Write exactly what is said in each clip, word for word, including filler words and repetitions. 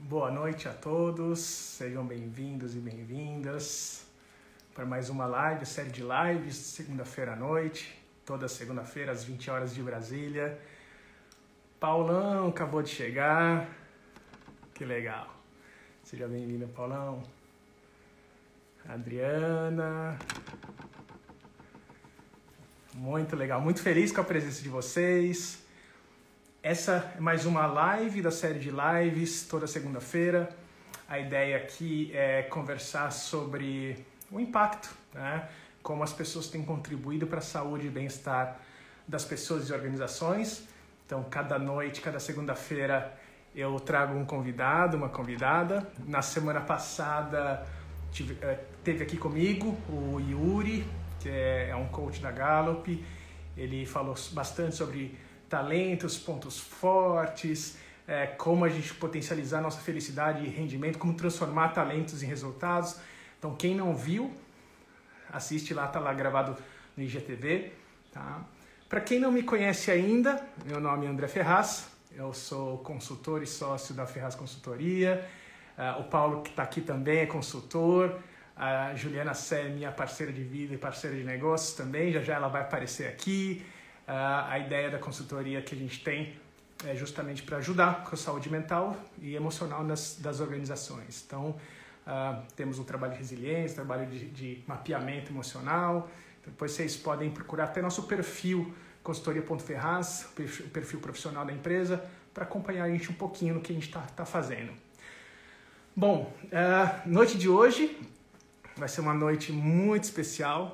Boa noite a todos, sejam bem-vindos e bem-vindas para mais uma live, série de lives, segunda-feira à noite, toda segunda-feira às vinte horas de Brasília. Paulão acabou de chegar, que legal. Seja bem-vindo, Paulão. Adriana. Muito legal, muito feliz com a presença de vocês. Essa é mais uma live da série de lives, toda segunda-feira. A ideia aqui é conversar sobre o impacto, né? Como as pessoas têm contribuído para a saúde e bem-estar das pessoas e organizações. Então, cada noite, cada segunda-feira, eu trago um convidado, uma convidada. Na semana passada, tive, teve aqui comigo o Yuri, que é um coach da Gallup. Ele falou bastante sobre talentos, pontos fortes, é, como a gente potencializar nossa felicidade e rendimento, como transformar talentos em resultados. Então, quem não viu, assiste lá, tá lá gravado no I G T V. Tá? Para quem não me conhece ainda, meu nome é André Ferraz, eu sou consultor e sócio da Ferraz Consultoria. Uh, o Paulo, que está aqui também, é consultor. A Juliana Sé é minha parceira de vida e parceira de negócios também, já já ela vai aparecer aqui. Uh, a ideia da consultoria que a gente tem é justamente para ajudar com a saúde mental e emocional das, das organizações. Então, uh, temos um trabalho de resiliência, trabalho de, de mapeamento emocional. Depois vocês podem procurar até nosso perfil, consultoria ponto ferraz, o perfil, o perfil profissional da empresa, para acompanhar a gente um pouquinho no que a gente está tá fazendo. Bom, uh, noite de hoje vai ser uma noite muito especial,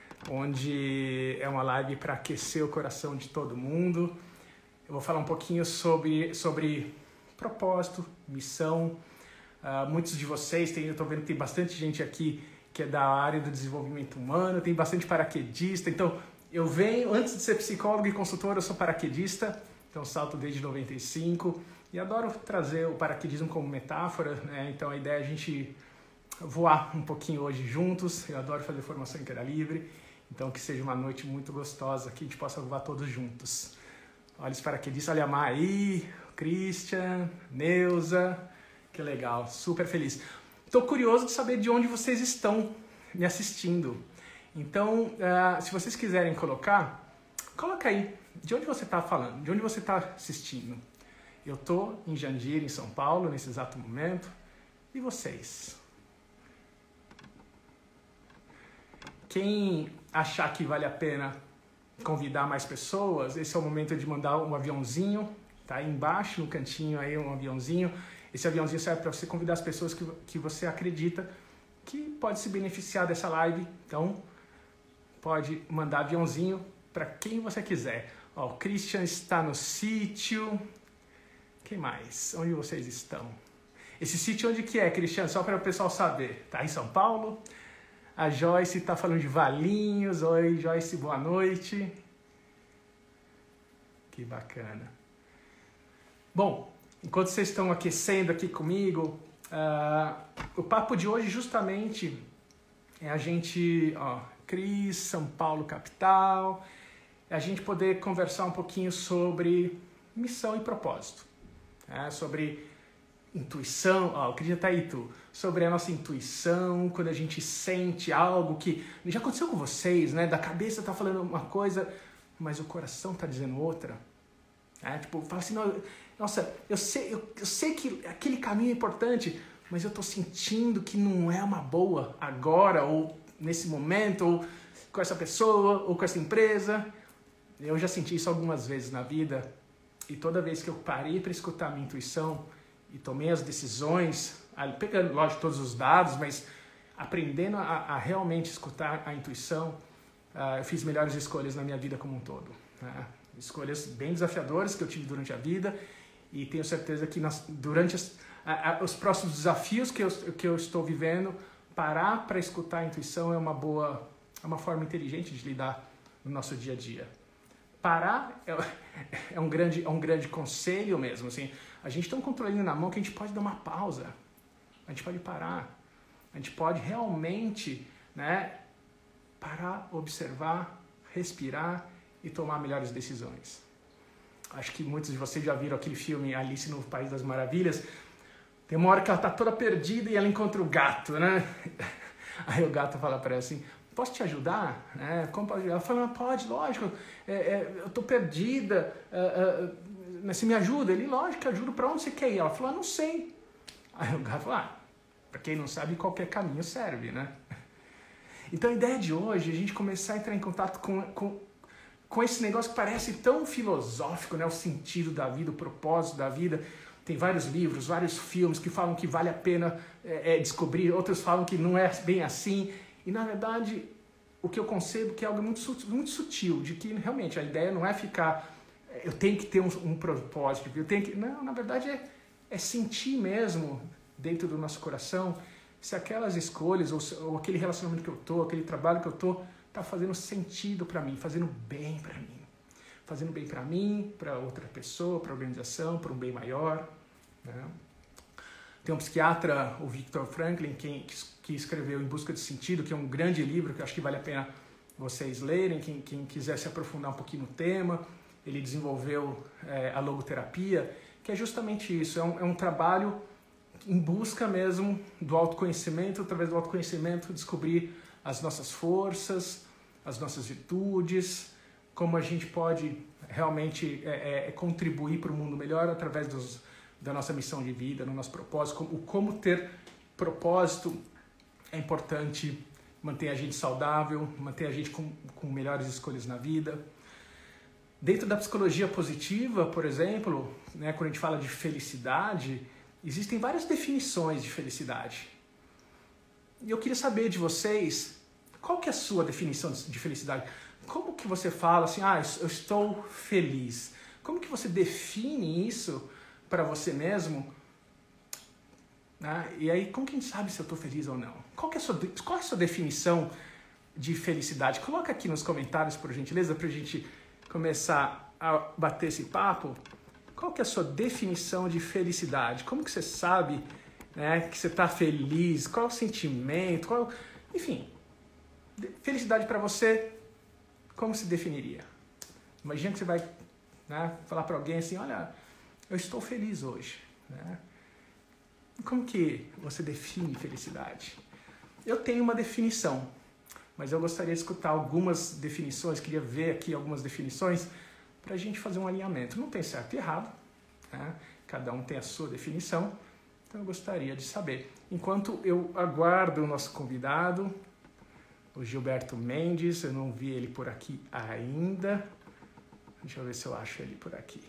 onde é uma live para aquecer o coração de todo mundo. Eu vou falar um pouquinho sobre, sobre propósito, missão. Uh, muitos de vocês, tem, eu estou vendo que tem bastante gente aqui que é da área do desenvolvimento humano, tem bastante paraquedista. Então, eu venho, antes de ser psicólogo e consultor, eu sou paraquedista, então salto desde noventa e cinco e adoro trazer o paraquedismo como metáfora, né? Então, a ideia é a gente voar um pouquinho hoje juntos. Eu adoro fazer formação em queda livre. Então, que seja uma noite muito gostosa, que a gente possa voar todos juntos. Olha os paraquedistas, olha a Mar aí, Christian, Neuza, que legal, super feliz. Estou curioso de saber de onde vocês estão me assistindo. Então, uh, se vocês quiserem colocar, coloca aí, de onde você está falando, de onde você está assistindo. Eu estou em Jandira, em São Paulo, nesse exato momento. E vocês? Quem achar que vale a pena convidar mais pessoas, esse é o momento de mandar um aviãozinho, tá aí embaixo, no cantinho aí um aviãozinho. Esse aviãozinho serve para você convidar as pessoas que, que você acredita que pode se beneficiar dessa live. Então, pode mandar aviãozinho para quem você quiser. Ó, o Christian está no sítio. Quem mais? Onde vocês estão? Esse sítio onde que é, Christian? Só para o pessoal saber. Tá em São Paulo? A Joyce está falando de Valinhos. Oi, Joyce, boa noite. Que bacana. Bom, enquanto vocês estão aquecendo aqui comigo, uh, o papo de hoje justamente é a gente, ó, Cris, São Paulo, capital, é a gente poder conversar um pouquinho sobre missão e propósito, né? Sobre intuição, ó, o Cris já tá aí, tu, sobre a nossa intuição, quando a gente sente algo que já aconteceu com vocês, né? Da cabeça tá falando uma coisa, mas o coração tá dizendo outra. É, tipo, fala assim, nossa, eu sei, eu, eu sei que aquele caminho é importante, mas eu tô sentindo que não é uma boa agora, ou nesse momento, ou com essa pessoa, ou com essa empresa. Eu já senti isso algumas vezes na vida, e toda vez que eu parei para escutar a minha intuição e tomei as decisões, pegando, lógico, todos os dados, mas aprendendo a, a realmente escutar a intuição, uh, eu fiz melhores escolhas na minha vida como um todo, né? Escolhas bem desafiadoras que eu tive durante a vida, e tenho certeza que nas, durante as, a, a, os próximos desafios que eu, que eu estou vivendo, parar para escutar a intuição é uma boa, é uma forma inteligente de lidar no nosso dia a dia. Parar é, é, um, grande, é um grande conselho mesmo. Assim, a gente tem um controlinho na mão que a gente pode dar uma pausa, a gente pode parar, a gente pode realmente, né, parar, observar, respirar e tomar melhores decisões. Acho que muitos de vocês já viram aquele filme Alice no País das Maravilhas. Tem uma hora que ela tá toda perdida e ela encontra o gato, né? Aí o gato fala para ela assim, posso te ajudar? É, como pode? Ela fala, pode, lógico, é, é, eu tô perdida, é, é, mas você me ajuda? Ele, lógico, ajudo, para onde você quer ir? Ela falou, ah, não sei. Aí o gato falou, ah, para quem não sabe, qualquer caminho serve, né? Então a ideia de hoje é a gente começar a entrar em contato com, com, com esse negócio que parece tão filosófico, né? O sentido da vida, o propósito da vida. Tem vários livros, vários filmes que falam que vale a pena é, é, descobrir, outros falam que não é bem assim. E na verdade, o que eu concebo que é algo muito, muito sutil, de que realmente a ideia não é ficar, eu tenho que ter um, um propósito, eu tenho que... Não, na verdade é, é sentir mesmo, dentro do nosso coração, se aquelas escolhas, ou, ou aquele relacionamento que eu tô, aquele trabalho que eu tô, tá fazendo sentido para mim, fazendo bem para mim. Fazendo bem para mim, para outra pessoa, para a organização, para um bem maior. Né? Tem um psiquiatra, o Viktor Frankl, que, que escreveu Em Busca de Sentido, que é um grande livro que eu acho que vale a pena vocês lerem, quem, quem quiser se aprofundar um pouquinho no tema. Ele desenvolveu é, a logoterapia, que é justamente isso, é um, é um trabalho em busca mesmo do autoconhecimento, através do autoconhecimento descobrir as nossas forças, as nossas virtudes, como a gente pode realmente é, é, contribuir para o mundo melhor através dos, da nossa missão de vida, do nosso propósito. Como, como ter propósito é importante, manter a gente saudável, manter a gente com, com melhores escolhas na vida. Dentro da psicologia positiva, por exemplo, né, quando a gente fala de felicidade, existem várias definições de felicidade. E eu queria saber de vocês, qual que é a sua definição de felicidade? Como que você fala assim, ah, eu estou feliz? Como que você define isso para você mesmo? Né? E aí, como que a gente sabe se eu estou feliz ou não? Qual que é a sua, qual é a sua definição de felicidade? Coloca aqui nos comentários, por gentileza, para a gente começar a bater esse papo. Qual que é a sua definição de felicidade? Como que você sabe, né, que você está feliz? Qual é o sentimento? Qual... Enfim, felicidade para você, como se definiria? Imagina que você vai, né, falar para alguém assim, olha, eu estou feliz hoje. Né? Como que você define felicidade? Eu tenho uma definição, mas eu gostaria de escutar algumas definições, queria ver aqui algumas definições, para a gente fazer um alinhamento. Não tem certo e errado, né? Cada um tem a sua definição, então eu gostaria de saber. Enquanto eu aguardo o nosso convidado, o Gilberto Mendes, eu não vi ele por aqui ainda. Deixa eu ver se eu acho ele por aqui.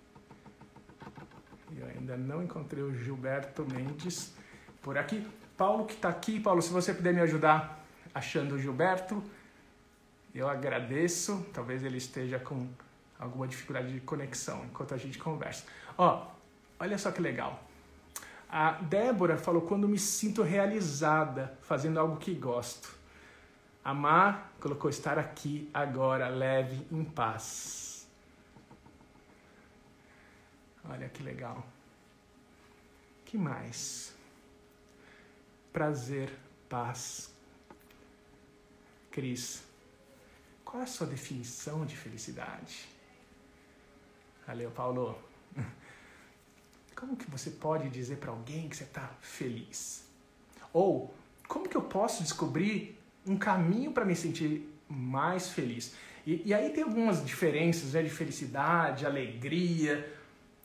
Eu ainda não encontrei o Gilberto Mendes por aqui. Paulo que está aqui, Paulo, se você puder me ajudar achando o Gilberto, eu agradeço. Talvez ele esteja com alguma dificuldade de conexão enquanto a gente conversa. Ó, olha só que legal. A Débora falou, quando me sinto realizada fazendo algo que gosto. A Mar colocou, estar aqui agora, leve, em paz. Olha que legal. Que mais? Prazer, paz. Cris, qual é a sua definição de felicidade? Valeu, Paulo. Como que você pode dizer para alguém que você está feliz? Ou, como que eu posso descobrir um caminho para me sentir mais feliz? E, e aí tem algumas diferenças, né, de felicidade, alegria.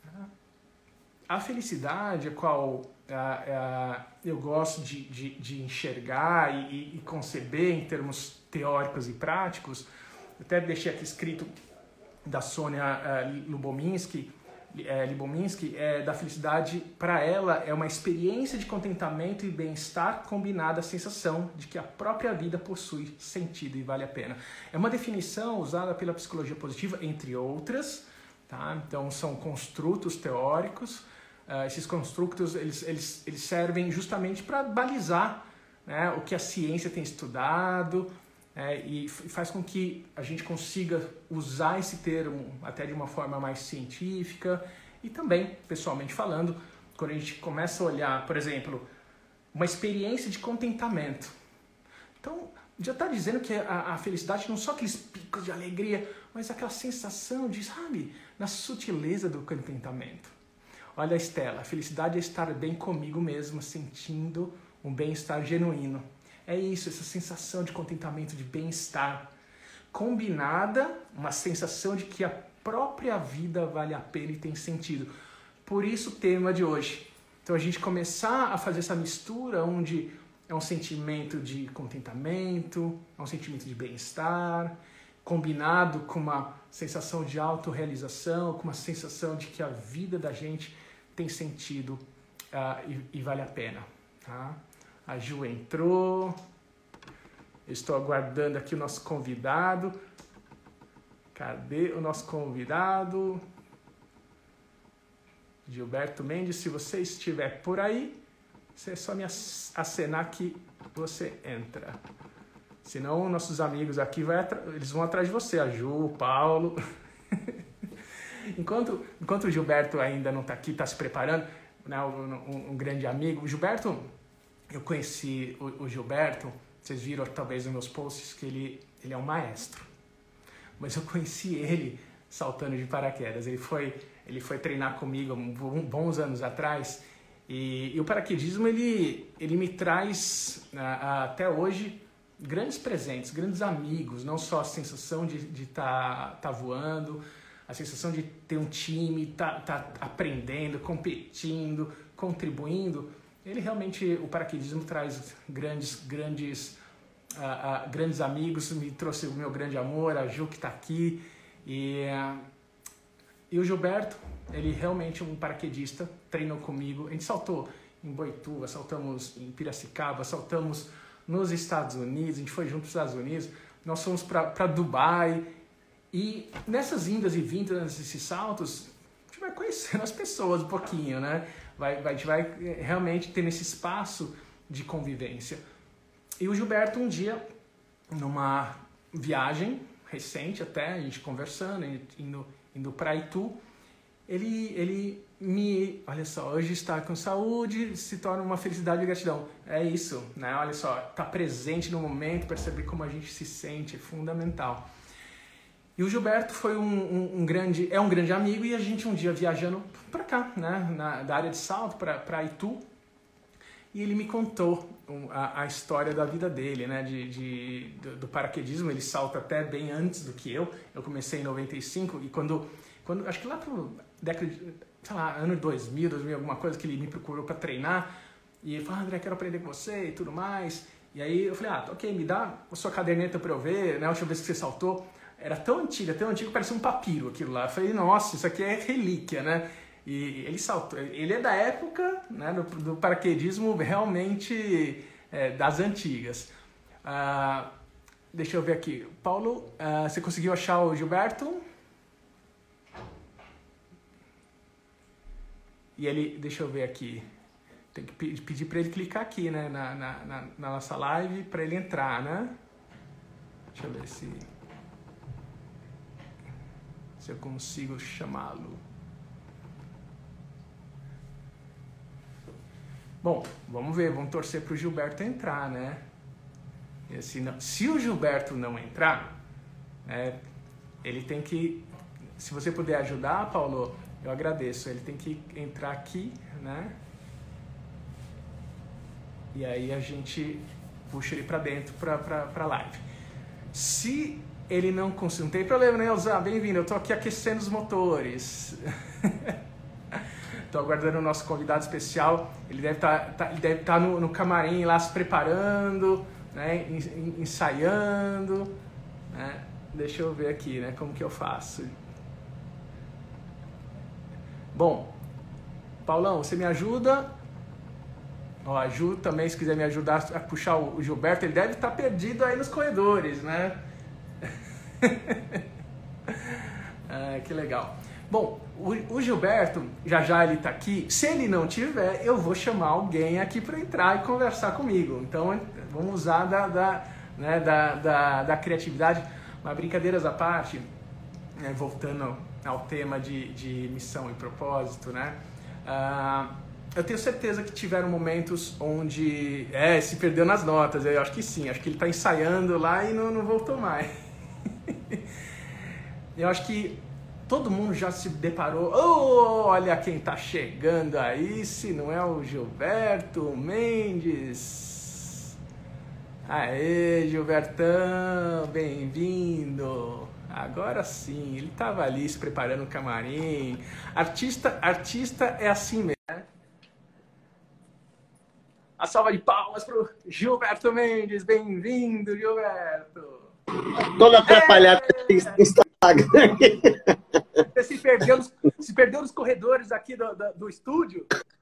A felicidade, a qual a, a, eu gosto de, de, de enxergar e, e conceber em termos teóricos e práticos, até deixei aqui escrito da Sônia uh, Lubomirsky, uh, Lubomirsky é, da felicidade, para ela, é uma experiência de contentamento e bem-estar combinada à sensação de que a própria vida possui sentido e vale a pena. É uma definição usada pela psicologia positiva, entre outras, tá? Então são construtos teóricos. Uh, esses construtos eles, eles, eles servem justamente para balizar, né, o que a ciência tem estudado, é, e faz com que a gente consiga usar esse termo até de uma forma mais científica e também, pessoalmente falando, quando a gente começa a olhar, por exemplo, uma experiência de contentamento. Então, já está dizendo que a, a felicidade não só aqueles picos de alegria, mas aquela sensação de, sabe, na sutileza do contentamento. Olha a Estela, a felicidade é estar bem comigo mesma, sentindo um bem-estar genuíno. É isso, essa sensação de contentamento, de bem-estar, combinada, uma sensação de que a própria vida vale a pena e tem sentido. Por isso o tema de hoje. Então a gente começar a fazer essa mistura onde é um sentimento de contentamento, é um sentimento de bem-estar, combinado com uma sensação de autorrealização, com uma sensação de que a vida da gente tem sentido uh, e, e vale a pena. Tá? A Ju entrou, eu estou aguardando aqui o nosso convidado. Cadê o nosso convidado? Gilberto Mendes, se você estiver por aí, você é só me acenar que você entra. Senão, nossos amigos aqui, vai eles vão atrás de você, a Ju, o Paulo. enquanto, enquanto o Gilberto ainda não está aqui, está se preparando, né, um, um grande amigo. O Gilberto, eu conheci o, o Gilberto, vocês viram talvez nos meus posts que ele, ele é um maestro. Mas eu conheci ele saltando de paraquedas. Ele foi, ele foi treinar comigo um, bons anos atrás. E, e o paraquedismo, ele, ele me traz, a, a, até hoje, grandes presentes, grandes amigos. Não só a sensação de estar de tá, tá voando, a sensação de ter um time, estar tá, tá aprendendo, competindo, contribuindo. Ele realmente, o paraquedismo traz grandes, grandes... Uh, uh, grandes amigos, me trouxe o meu grande amor, a Ju que está aqui, e, uh, e o Gilberto, ele realmente é um paraquedista, treinou comigo, a gente saltou em Boituva, saltamos em Piracicaba, saltamos nos Estados Unidos, a gente foi junto para os Estados Unidos, nós fomos para Dubai, e nessas indas e vindas, nesses saltos, a gente vai conhecendo as pessoas um pouquinho, né? Vai, vai, a gente vai realmente tendo esse espaço de convivência. E o Gilberto, um dia, numa viagem recente até, a gente conversando, indo, indo para Itu, ele, ele me... Olha só, hoje estar com saúde se torna uma felicidade e gratidão. É isso, né? Olha só, estar presente no momento, perceber como a gente se sente, é fundamental. E o Gilberto foi um, um, um grande... É um grande amigo e a gente um dia viajando para cá, né? Na, da área de salto, para Itu, e ele me contou a, a história da vida dele, né? De, de, do, do paraquedismo. Ele salta até bem antes do que eu. Eu comecei em noventa e cinco e quando, quando acho que lá pro década de, sei lá, ano dois mil, dois mil, alguma coisa, que ele me procurou para treinar. E ele falou, ah, André, quero aprender com você e tudo mais. E aí eu falei, ah, ok, me dá a sua caderneta para eu ver, né? A última vez que você saltou. Era tão antiga, tão antigo, parecia um papiro aquilo lá. Eu falei, nossa, isso aqui é relíquia, né? E ele saltou, ele é da época, né, do, do paraquedismo realmente é, das antigas. Ah, deixa eu ver aqui. Paulo, ah, você conseguiu achar o Gilberto? E ele, deixa eu ver aqui. Tem que pedir para ele clicar aqui, né, na, na, na, na nossa live para ele entrar, né? Deixa eu ver se, se eu consigo chamá-lo. Bom, vamos ver, vamos torcer para o Gilberto entrar, né? E se, não, se o Gilberto não entrar, né, ele tem que... Se você puder ajudar, Paulo, eu agradeço. Ele tem que entrar aqui, né? E aí a gente puxa ele para dentro para a live. Se ele não conseguir... Não tem problema, né, Elza? Bem-vindo, eu estou aqui aquecendo os motores. Estou aguardando o nosso convidado especial. Ele deve estar tá, tá, ele deve tá no, no camarim lá se preparando, né, ensaiando. Né? Deixa eu ver aqui, né, como que eu faço. Bom, Paulão, você me ajuda? Ó, a Ju também, se quiser me ajudar a puxar o, o Gilberto, ele deve estar perdido aí nos corredores, né? Ah, que legal. Bom, o, o Gilberto, já já ele está aqui. Se ele não tiver, eu vou chamar alguém aqui para entrar e conversar comigo. Então, vamos usar da, da, né, da, da, da criatividade. Mas brincadeiras à parte, né, voltando ao tema de, de missão e propósito, né? Ah, eu tenho certeza que tiveram momentos onde é, se perdeu nas notas. Eu acho que sim, acho que ele está ensaiando lá e não, não voltou mais. Eu acho que todo mundo já se deparou, oh, olha quem tá chegando aí, se não é o Gilberto Mendes. Aê, Gilbertão, bem-vindo. Agora sim, ele tava ali se preparando o camarim. Artista, artista é assim mesmo, né? A salva de palmas pro Gilberto Mendes, bem-vindo, Gilberto. Todo atrapalhado no Instagram. Você se perdeu nos, se perdeu nos corredores aqui do, do, do estúdio?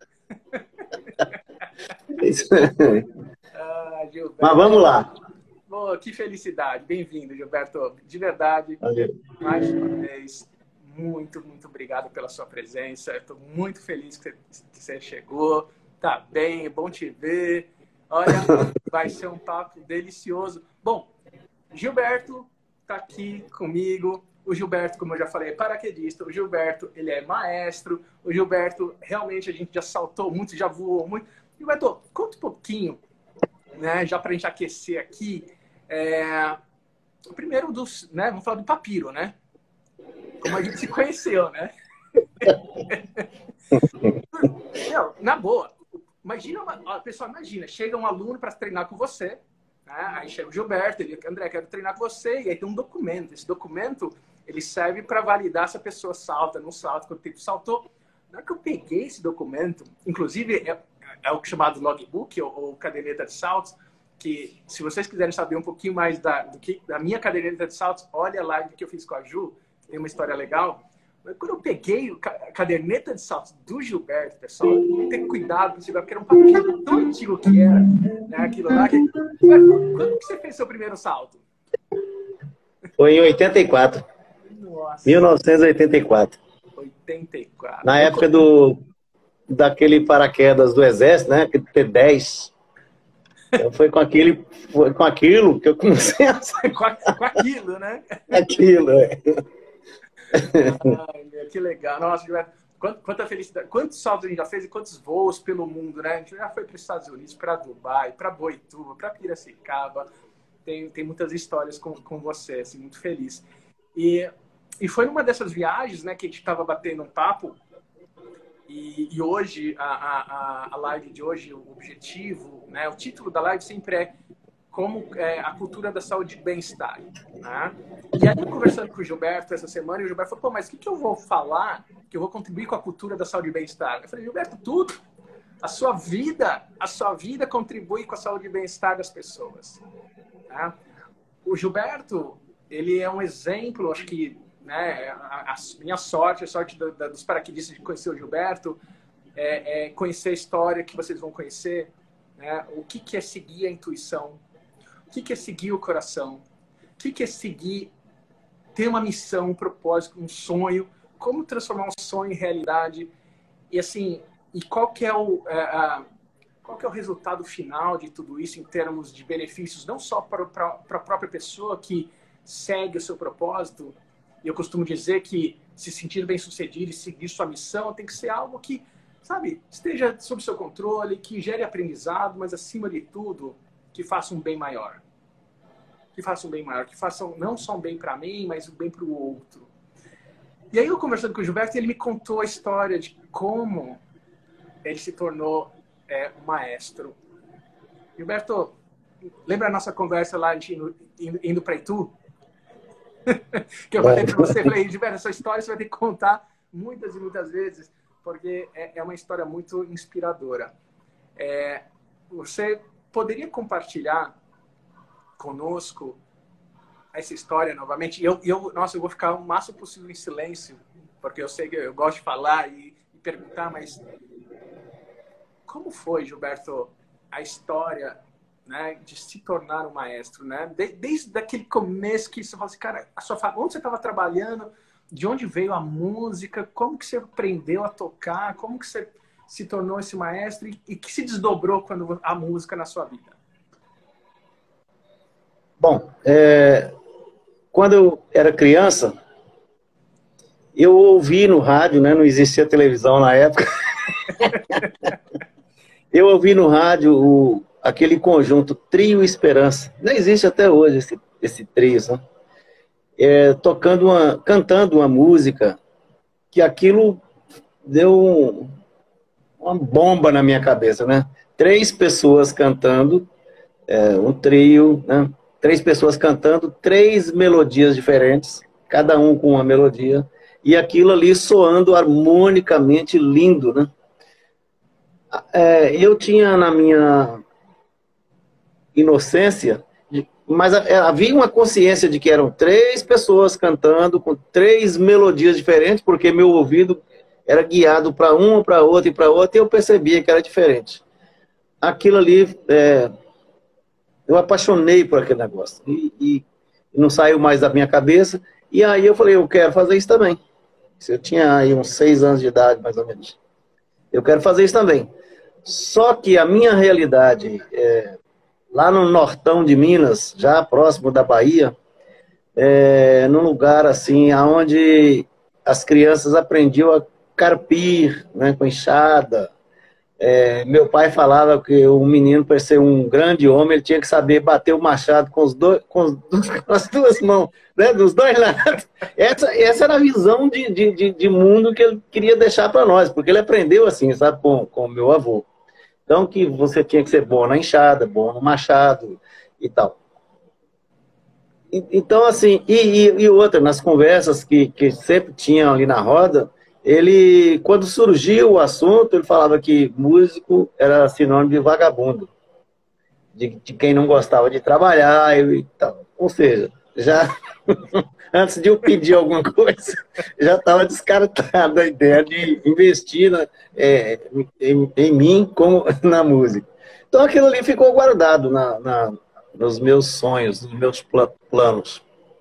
Ah, Gilberto. Mas vamos lá. Oh, que felicidade. Bem-vindo, Gilberto. De verdade, Valeu. Mais uma vez, muito, muito obrigado pela sua presença. Estou muito feliz que você, que você chegou. Tá bem, é bom te ver. Olha, vai ser um papo delicioso. Bom, Gilberto está aqui comigo. O Gilberto, como eu já falei, é paraquedista. O Gilberto, ele é maestro. O Gilberto, realmente, a gente já saltou muito, já voou muito. Gilberto, conta um pouquinho, né, já para a gente aquecer aqui. É... Primeiro, dos, né, vamos falar do Papiro, né? Como a gente se conheceu, né? Não, na boa. Imagina, uma, pessoal, imagina, chega um aluno para treinar com você. Né? Aí chega o Gilberto, ele diz, André, quero treinar com você. E aí tem um documento. Esse documento, ele serve para validar se a pessoa salta, não salta, quanto tempo saltou. Na hora que eu peguei esse documento, inclusive é, é o chamado logbook, ou, ou caderneta de saltos, que se vocês quiserem saber um pouquinho mais da, do que, da minha caderneta de saltos, olha a live que eu fiz com a Ju, tem uma história legal. Mas quando eu peguei a caderneta de saltos do Gilberto, pessoal, tem que ter cuidado com isso, porque era um papel tão antigo que era, né, aquilo lá. Que... Quando que você fez seu primeiro salto? Foi em oitenta e quatro. Nossa. mil novecentos e oitenta e quatro. oitenta e quatro. Na época do, daquele paraquedas do Exército, né? Aquele T dez. Então foi com, aquele, foi com aquilo que eu comecei a... com, a, com aquilo, né? Aquilo, é. Ai, meu, que legal. Nossa, Gilberto, quanta, quanta felicidade. Quantos saltos a gente já fez e quantos voos pelo mundo, né? A gente já foi para os Estados Unidos, para Dubai, para Boituva, para Piracicaba. Tem, tem muitas histórias com, com você, assim, muito feliz. E, e foi numa dessas viagens, né, que a gente estava batendo um papo. E, e hoje, a, a, a live de hoje, o objetivo, né, o título da live sempre é como é, a cultura da saúde e bem-estar. Né? E aí, conversando com o Gilberto essa semana, e o Gilberto falou, pô, mas o que, que eu vou falar que eu vou contribuir com a cultura da saúde e bem-estar? Eu falei, Gilberto, tudo. A sua vida, a sua vida contribui com a saúde e bem-estar das pessoas. Né? O Gilberto, ele é um exemplo, acho que, né, a, a minha sorte, a sorte da, da, dos paraquedistas de conhecer o Gilberto, é, é conhecer a história que vocês vão conhecer, né? O que, que é seguir a intuição, o que, que é seguir o coração, o que, que é seguir, ter uma missão, um propósito, um sonho, como transformar um sonho em realidade, e assim, e qual que é o, é, a, qual que é o resultado final de tudo isso em termos de benefícios, não só para, para, para a própria pessoa que segue o seu propósito. Eu costumo dizer que se sentir bem-sucedido e seguir sua missão tem que ser algo que, sabe, esteja sob seu controle, que gere aprendizado, mas acima de tudo, que faça um bem maior. Que faça um bem maior, que faça não só um bem para mim, mas um bem para o outro. E aí eu conversando com o Gilberto, ele me contou a história de como ele se tornou é, um maestro. Gilberto, lembra a nossa conversa lá, a gente indo, indo, indo para Itu? Que eu falei para você, falei, Gilberto, essa história você vai ter que contar muitas e muitas vezes, porque é, é uma história muito inspiradora. É, você poderia compartilhar conosco essa história novamente? Eu, eu, nossa, eu vou ficar o máximo possível em silêncio, porque eu sei que eu gosto de falar e, e perguntar, mas como foi, Gilberto, a história, né, de se tornar um maestro, né? De, desde aquele começo que você fala assim, cara, a sua, onde você estava trabalhando, de onde veio a música, como que você aprendeu a tocar, como que você se tornou esse maestro e, e que se desdobrou quando a música na sua vida? Bom, é, quando eu era criança, eu ouvi no rádio, né, não existia televisão na época, eu ouvi no rádio o aquele conjunto Trio Esperança, não existe até hoje esse, esse trio, né? É, tocando uma, cantando uma música que aquilo deu uma bomba na minha cabeça, né? Três pessoas cantando, é, um trio, né? Três pessoas cantando, três melodias diferentes, cada um com uma melodia, e aquilo ali soando harmonicamente lindo, né? É, eu tinha na minha inocência, mas havia uma consciência de que eram três pessoas cantando com três melodias diferentes, porque meu ouvido era guiado para uma, para outra e para outra, e eu percebia que era diferente. Aquilo ali, é, eu apaixonei por aquele negócio, e, e não saiu mais da minha cabeça, e aí eu falei, eu quero fazer isso também. Eu tinha aí uns seis anos de idade, mais ou menos. Eu quero fazer isso também. Só que a minha realidade, é, lá no nortão de Minas, já próximo da Bahia, é, num lugar assim, onde as crianças aprendiam a carpir, né, com enxada. É, meu pai falava que o menino, para ser um grande homem, ele tinha que saber bater o machado com, os dois, com, os, com as duas mãos, né, dos dois lados. Essa, essa era a visão de, de, de mundo que ele queria deixar para nós, porque ele aprendeu assim, sabe, com, com o meu avô. Então, que você tinha que ser bom na enxada, bom no machado e tal. E, então, assim, e, e, e outra, nas conversas que, que sempre tinham ali na roda, ele, quando surgiu o assunto, ele falava que músico era sinônimo de vagabundo, de, de quem não gostava de trabalhar e tal. Ou seja, já antes de eu pedir alguma coisa, já estava descartada a ideia de investir na, é, em, em mim como na música. Então aquilo ali ficou guardado na, na, nos meus sonhos, nos meus planos.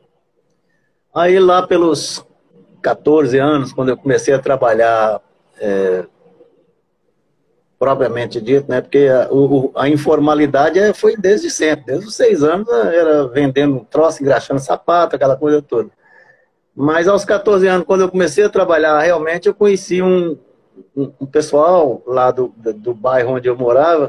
Aí lá pelos quatorze anos, quando eu comecei a trabalhar, é, propriamente dito, né? Porque a, o, a informalidade foi desde sempre, desde os seis anos era vendendo troço, engraxando sapato, aquela coisa toda. Mas aos quatorze anos, quando eu comecei a trabalhar, realmente eu conheci um, um, um pessoal lá do, do, do bairro onde eu morava,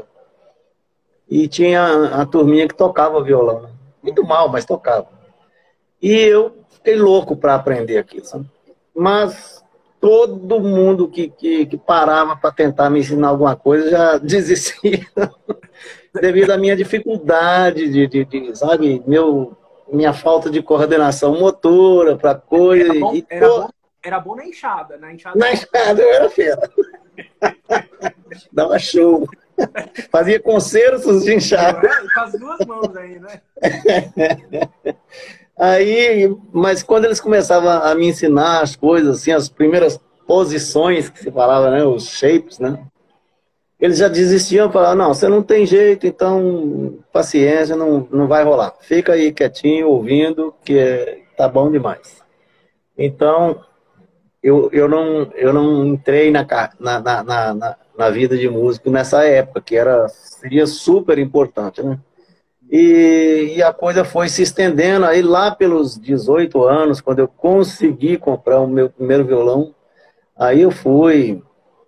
e tinha a, a turminha que tocava violão, né? Muito mal, mas tocava. E eu fiquei louco para aprender aquilo, sabe? Mas todo mundo que, que, que parava para tentar me ensinar alguma coisa já desistia, devido à minha dificuldade, de, de, de, sabe, meu, minha falta de coordenação motora para coisa. Era bom, e era, to... bom, era bom na enxada. Na enxada, na enxada eu era fera. Dava show. Fazia concertos de enxada. É, com as duas mãos aí, né? Aí, mas quando eles começavam a me ensinar as coisas, assim, as primeiras posições que se falava, né, os shapes, né, eles já desistiam, falavam, não, você não tem jeito, então paciência, não, não vai rolar. Fica aí quietinho, ouvindo, que é, tá bom demais. Então, eu, eu, não, eu não entrei na, na, na, na, na vida de músico nessa época, que era, seria super importante, né? E, e a coisa foi se estendendo, aí lá pelos dezoito anos, quando eu consegui comprar o meu primeiro violão, aí eu fui,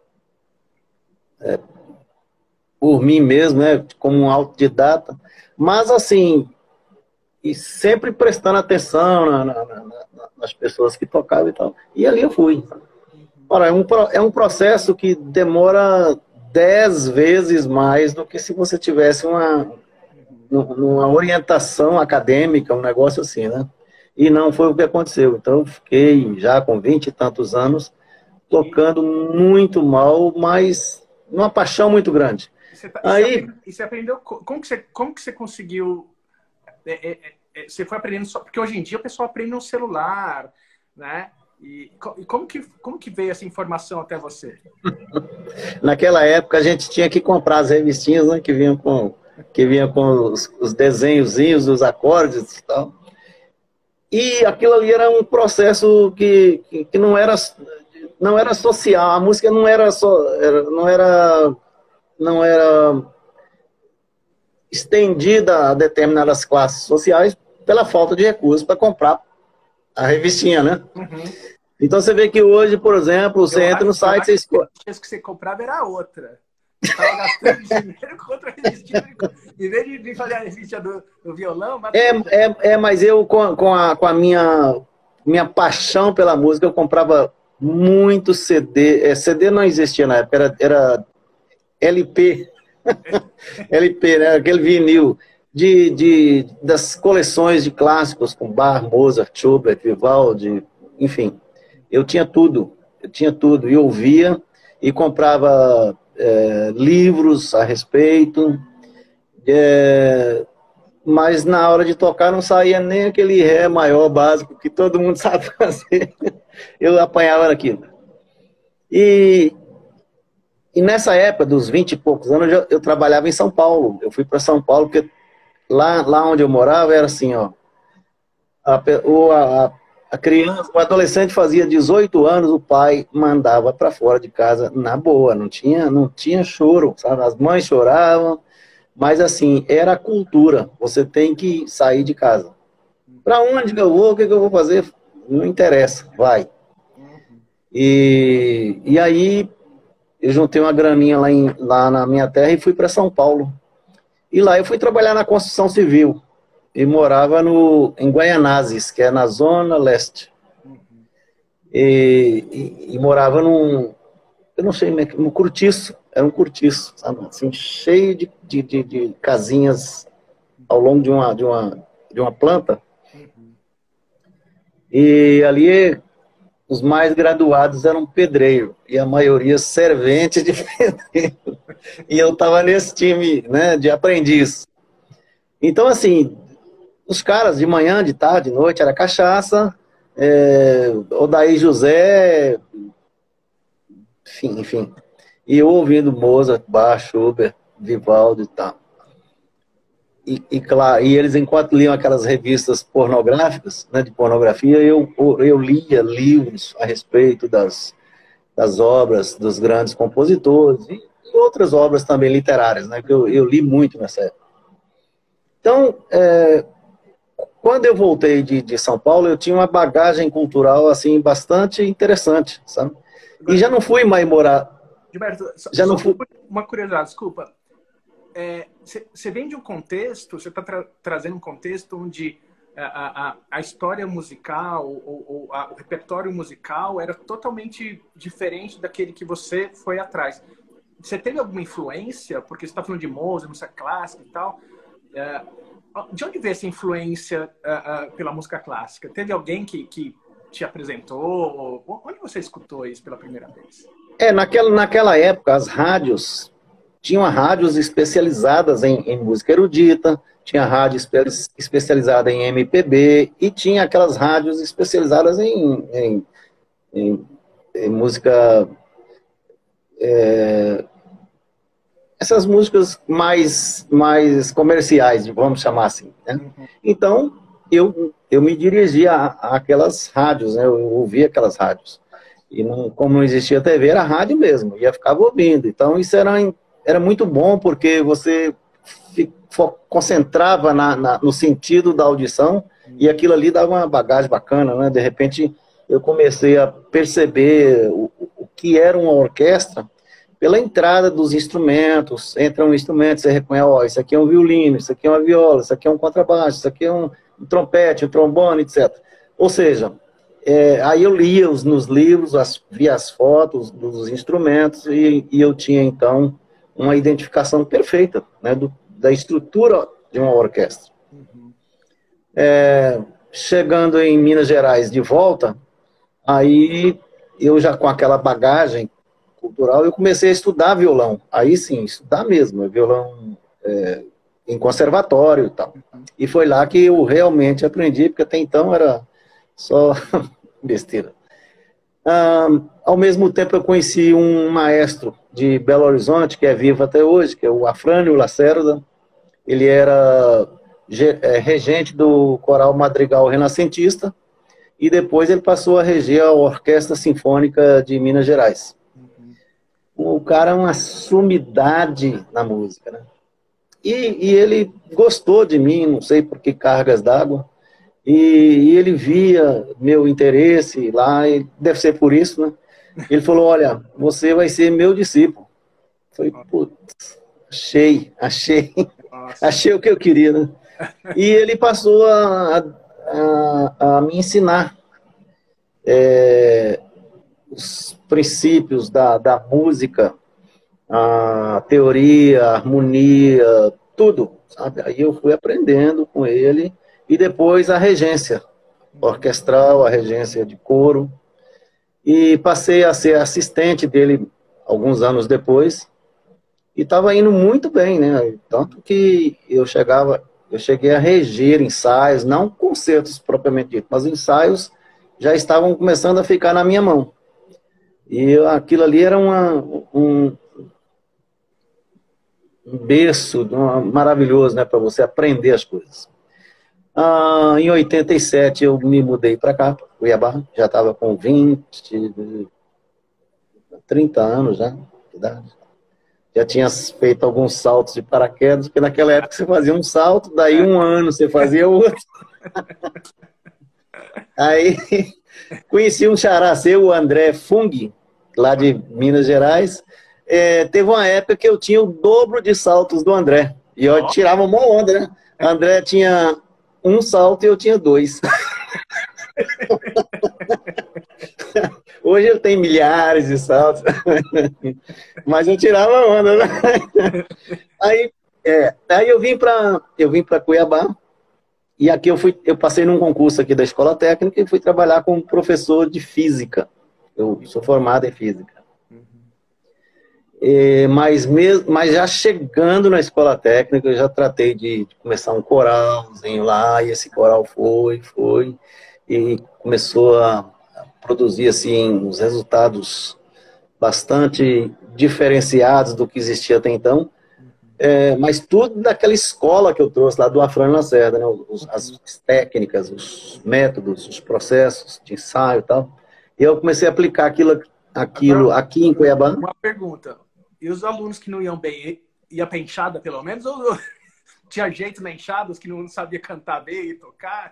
é, por mim mesmo, né, como um autodidata, mas assim, e sempre prestando atenção na, na, na, nas pessoas que tocavam e tal, e ali eu fui. Ora, é um, é um processo que demora dez vezes mais do que se você tivesse uma... numa orientação acadêmica, um negócio assim, né? E não foi o que aconteceu. Então eu fiquei já com vinte e tantos anos tocando muito mal, mas numa paixão muito grande. E você, tá, Aí, e você, aprendeu, e você aprendeu, como que você, como que você conseguiu, é, é, é, você foi aprendendo só, porque hoje em dia o pessoal aprende no celular, né? E, e como, que, como que veio essa informação até você? Naquela época a gente tinha que comprar as revistinhas, né, que vinham com, que vinham com os, os desenhozinhos, os acordes e tal. E aquilo ali era um processo que, que, que não, era, não era social, a música não era só, era, não era, não era estendida a determinadas classes sociais pela falta de recursos para comprar a revistinha, né? Uhum. Então você vê que hoje, por exemplo, você eu entra no site, você escolhe. A que você comprava era outra. Você estava gastando dinheiro contra a revistinha. Em vez de fazer a revistinha do, do violão... Mas... É, é, é, mas eu, com, com, a, com a minha, minha paixão pela música, eu comprava muito C D. É, C D não existia na época, era, era L P. L P, né? Aquele vinil de, de, das coleções de clássicos com Bach, Mozart, Schubert, Vivaldi, enfim. Eu tinha tudo, eu tinha tudo. E ouvia e comprava é, livros a respeito. É, mas na hora de tocar não saía nem aquele ré maior básico que todo mundo sabe fazer. Eu apanhava naquilo. E, e nessa época, dos vinte e poucos anos, eu, eu trabalhava em São Paulo. Eu fui para São Paulo, porque lá, lá onde eu morava era assim, ó. A, o, a, a criança, o adolescente fazia dezoito anos, o pai mandava para fora de casa na boa. Não tinha, não tinha choro, sabe? As mães choravam. Mas, assim, era a cultura. Você tem que sair de casa. Para onde que eu vou? O que, que eu vou fazer? Não interessa, vai. E, e aí, eu juntei uma graninha lá, em, lá na minha terra e fui para São Paulo. E lá eu fui trabalhar na construção civil. E morava no, em Guaianazes, que é na Zona Leste. E, e, e morava num... Eu não sei, no cortiço. Era um cortiço, sabe? Assim, cheio de, de, de, de casinhas ao longo de uma, de uma, de uma planta. Uhum. E ali os mais graduados eram pedreiro, e a maioria servente de pedreiro. E eu estava nesse time, né, de aprendiz. Então, assim, os caras de manhã, de tarde, de noite, era cachaça, é, Odaí José, enfim, enfim. E eu ouvindo Mozart, Bach, Schubert, Vivaldi e tal. E, e, claro, e eles, enquanto liam aquelas revistas pornográficas, né, de pornografia, eu, eu lia livros a respeito das, das obras dos grandes compositores e, e outras obras também literárias, né, que eu, eu li muito nessa época. Então, é, quando eu voltei de, de São Paulo, eu tinha uma bagagem cultural assim, bastante interessante, sabe? E já não fui mais morar... Gilberto, só, já não só fui... uma curiosidade, desculpa. Você é, vem de um contexto, você está tra trazendo um contexto onde a, a, a história musical, ou, ou a, o repertório musical era totalmente diferente daquele que você foi atrás. Você teve alguma influência, porque você está falando de Mozart, música clássica e tal, é, de onde veio essa influência uh, uh, pela música clássica? Teve alguém que, que te apresentou? Onde você escutou isso pela primeira vez? É, naquela, naquela época, as rádios, tinham rádios especializadas em, em música erudita, tinha rádio espe especializada em M P B, e tinha aquelas rádios especializadas em, em, em, em música... É, essas músicas mais, mais comerciais, vamos chamar assim, né? Uhum. Então, eu, eu me dirigia àquelas rádios, né? Eu ouvia aquelas rádios. E não, como não existia T V, era rádio mesmo, ia ficar ouvindo. Então, isso era, era muito bom, porque você concentrava na, na, no sentido da audição, e aquilo ali dava uma bagagem bacana, né? De repente, eu comecei a perceber o, o que era uma orquestra, pela entrada dos instrumentos. Entra um instrumento, você reconhece, ó, isso aqui é um violino, isso aqui é uma viola, isso aqui é um contrabaixo, isso aqui é um, um trompete, um trombone, etcétera. Ou seja, é, aí eu lia os, nos livros, as, via as fotos dos instrumentos, e, e eu tinha, então, uma identificação perfeita, né, do, da estrutura de uma orquestra. Uhum. É, chegando em Minas Gerais de volta, aí eu já com aquela bagagem cultural, eu comecei a estudar violão. Aí sim, estudar mesmo, violão é, em conservatório e tal. E foi lá que eu realmente aprendi, porque até então era só besteira. Ah, ao mesmo tempo eu conheci um maestro de Belo Horizonte, que é vivo até hoje, que é o Afrânio Lacerda. Ele era regente do Coral Madrigal Renascentista, e depois ele passou a reger a Orquestra Sinfônica de Minas Gerais. O cara é uma sumidade na música, né? E, e ele gostou de mim, não sei por que cargas d'água, e, e ele via meu interesse lá, e deve ser por isso, né? Ele falou, olha, você vai ser meu discípulo. Eu falei, putz, achei, achei, Nossa. achei o que eu queria, né? E ele passou a, a, a me ensinar. É, os princípios da, da música, a teoria, a harmonia, tudo, sabe? Aí eu fui aprendendo com ele, e depois a regência orquestral, a regência de coro, e passei a ser assistente dele alguns anos depois, e estava indo muito bem, né? Tanto que eu chegava, eu cheguei a reger ensaios, não concertos propriamente dito, mas ensaios já estavam começando a ficar na minha mão. E aquilo ali era uma, um, um berço uma, maravilhoso, né, para você aprender as coisas. Ah, em oitenta e sete eu me mudei para cá, para Cuiabá, já estava com vinte, trinta anos já, de idade. Já tinha feito alguns saltos de paraquedas, porque naquela época você fazia um salto, daí um ano você fazia outro. Aí conheci um xará seu, o André Fung, lá de Minas Gerais. É, teve uma época que eu tinha o dobro de saltos do André. E eu tirava uma onda, né? O André tinha um salto e eu tinha dois. Hoje ele tem milhares de saltos. Mas eu tirava onda, né? Aí, é, aí eu vim para eu vim para Cuiabá. E aqui eu, fui, eu passei num concurso aqui da Escola Técnica e fui trabalhar como professor de física. Eu sou formado em física. Uhum. E, mas, mesmo, mas já chegando na Escola Técnica, eu já tratei de, de começar um coralzinho lá, e esse coral foi, foi, e começou a produzir assim, uns resultados bastante diferenciados do que existia até então. É, mas tudo daquela escola que eu trouxe lá do Afrânio Lacerda, né? Os, as técnicas, os métodos, os processos de ensaio e tal. E eu comecei a aplicar aquilo, aquilo Agora, aqui em Cuiabá. Uma pergunta. E os alunos que não iam bem, ia pra enxada pelo menos? Ou tinha jeito na enxada, os que não sabia cantar bem e tocar?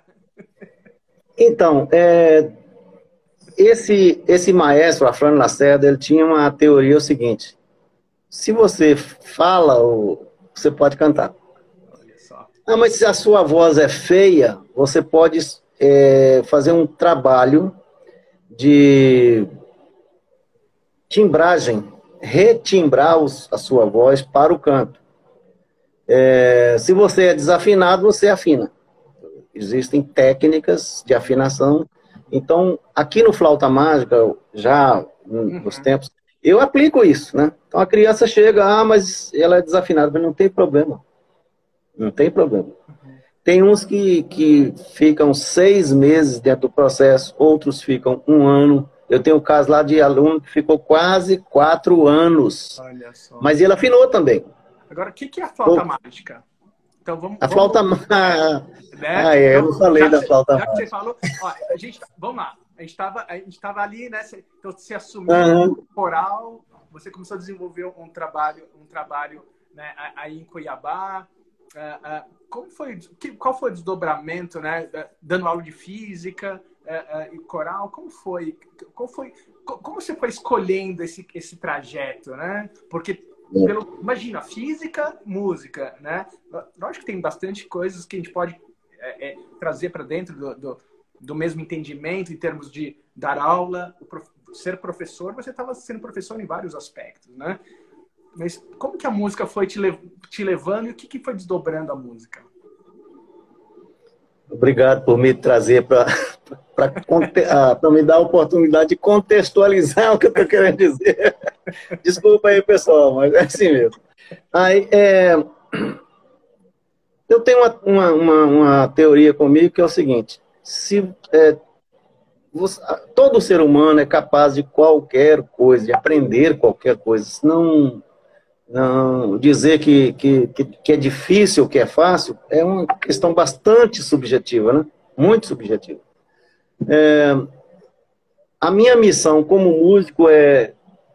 Então, é, esse, esse maestro, Afrânio Lacerda, ele tinha uma teoria o seguinte: se você fala, você pode cantar. Olha só. Ah, mas se a sua voz é feia, você pode é, fazer um trabalho de timbragem, retimbrar os, a sua voz para o canto. É, se você é desafinado, você afina. Existem técnicas de afinação. Então, aqui no Flauta Mágica, já nos uhum. tempos, eu aplico isso, né? Então a criança chega, ah, mas ela é desafinada, mas não tem problema. Não tem problema. Uhum. Tem uns que, que ficam seis meses dentro do processo, outros ficam um ano. Eu tenho o caso lá de aluno que ficou quase quatro anos. Olha só. Mas ele afinou também. Agora, o que, que é a flauta Pô, mágica? Então vamos. A vamos, flauta mágica. Né? Ah, é, então, eu não falei da flauta mágica. Já que você falou, ó, a gente, vamos lá. A gente estava a gente tava ali, né? Então você assumiu uhum. o coral, você começou a desenvolver um trabalho, um trabalho, né, aí em Cuiabá. Uh, uh, como foi, que, qual foi o desdobramento, né? Dando aula de física uh, uh, e coral, como foi? Qual foi? Como você foi escolhendo esse, esse trajeto, né? Porque pelo, imagina, física, música, né? Lógico que tem bastante coisas que a gente pode é, é, trazer para dentro do, do do mesmo entendimento em termos de dar aula, prof... ser professor. Você estava sendo professor em vários aspectos, né? Mas como que a música foi te, le... te levando e o que, que foi desdobrando a música? Obrigado por me trazer para conte... ah, me dar a oportunidade de contextualizar o que eu estou querendo dizer. Desculpa aí, pessoal, mas é assim mesmo. Aí, é... Eu tenho uma, uma, uma, uma teoria comigo que é o seguinte: se é, você, todo ser humano é capaz de qualquer coisa, de aprender qualquer coisa. Se não, não dizer que, que, que é difícil, que é fácil, é uma questão bastante subjetiva, né? Muito subjetiva. É, a minha missão como músico é,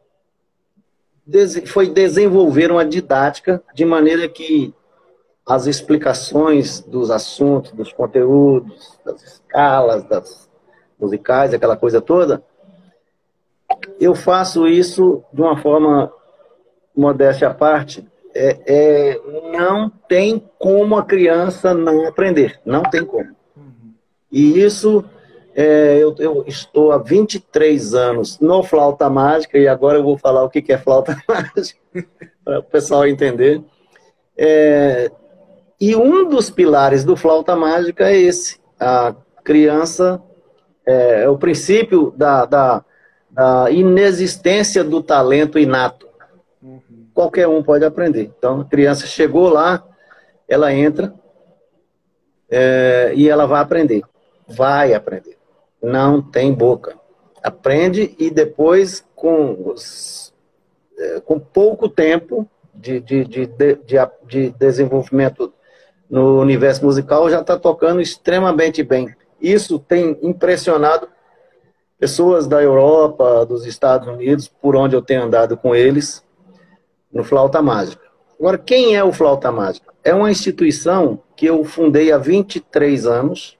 foi desenvolver uma didática de maneira que as explicações dos assuntos, dos conteúdos, das escalas, das musicais, aquela coisa toda, eu faço isso de uma forma, modéstia à parte, é, é, não tem como a criança não aprender, não tem como. Uhum. E isso É, eu, eu estou há vinte e três anos no Flauta Mágica, e agora eu vou falar o que que é Flauta Mágica, para o pessoal entender. É, e um dos pilares do Flauta Mágica é esse, a criança, é, é o princípio da, da, da inexistência do talento inato. Uhum. Qualquer um pode aprender. Então, a criança chegou lá, ela entra, é, e ela vai aprender. Vai aprender. Não tem boca. Aprende e depois, com, com pouco tempo de, de, de, de, de desenvolvimento no universo musical, já está tocando extremamente bem. Isso tem impressionado pessoas da Europa, dos Estados Unidos, por onde eu tenho andado com eles, no Flauta Mágica. Agora, quem é o Flauta Mágica? É uma instituição que eu fundei há vinte e três anos,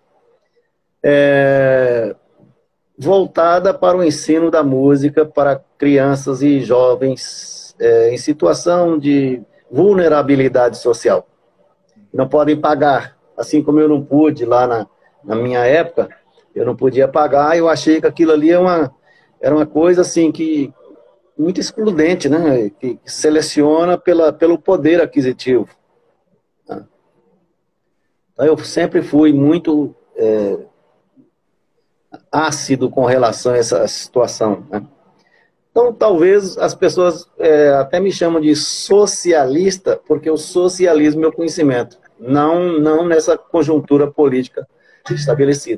É, voltada para o ensino da música para crianças e jovens é, em situação de vulnerabilidade social. Não podem pagar, assim como eu não pude lá na, na minha época, eu não podia pagar, eu achei que aquilo ali era uma, era uma coisa assim que muito excludente, né? Que seleciona pela, pelo poder aquisitivo. Então, eu sempre fui muito é, ácido com relação a essa situação, né? Então, talvez as pessoas é, até me chamam de socialista, porque o socialismo é o conhecimento, não, não nessa conjuntura política estabelecida.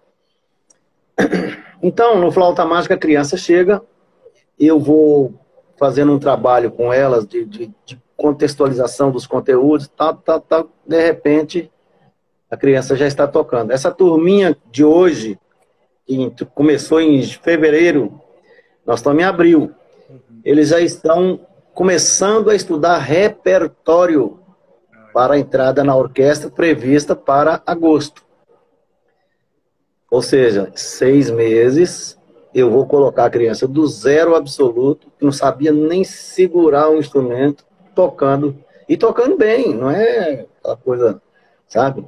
Então, no Flauta Mágica, a criança chega, eu vou fazendo um trabalho com elas de, de, de contextualização dos conteúdos, tal, tal, tal, de repente, a criança já está tocando. Essa turminha de hoje, que começou em fevereiro, nós estamos em abril, eles já estão começando a estudar repertório para a entrada na orquestra prevista para agosto. Ou seja, seis meses, eu vou colocar a criança do zero absoluto, que não sabia nem segurar um instrumento, tocando, e tocando bem, não é aquela coisa, sabe?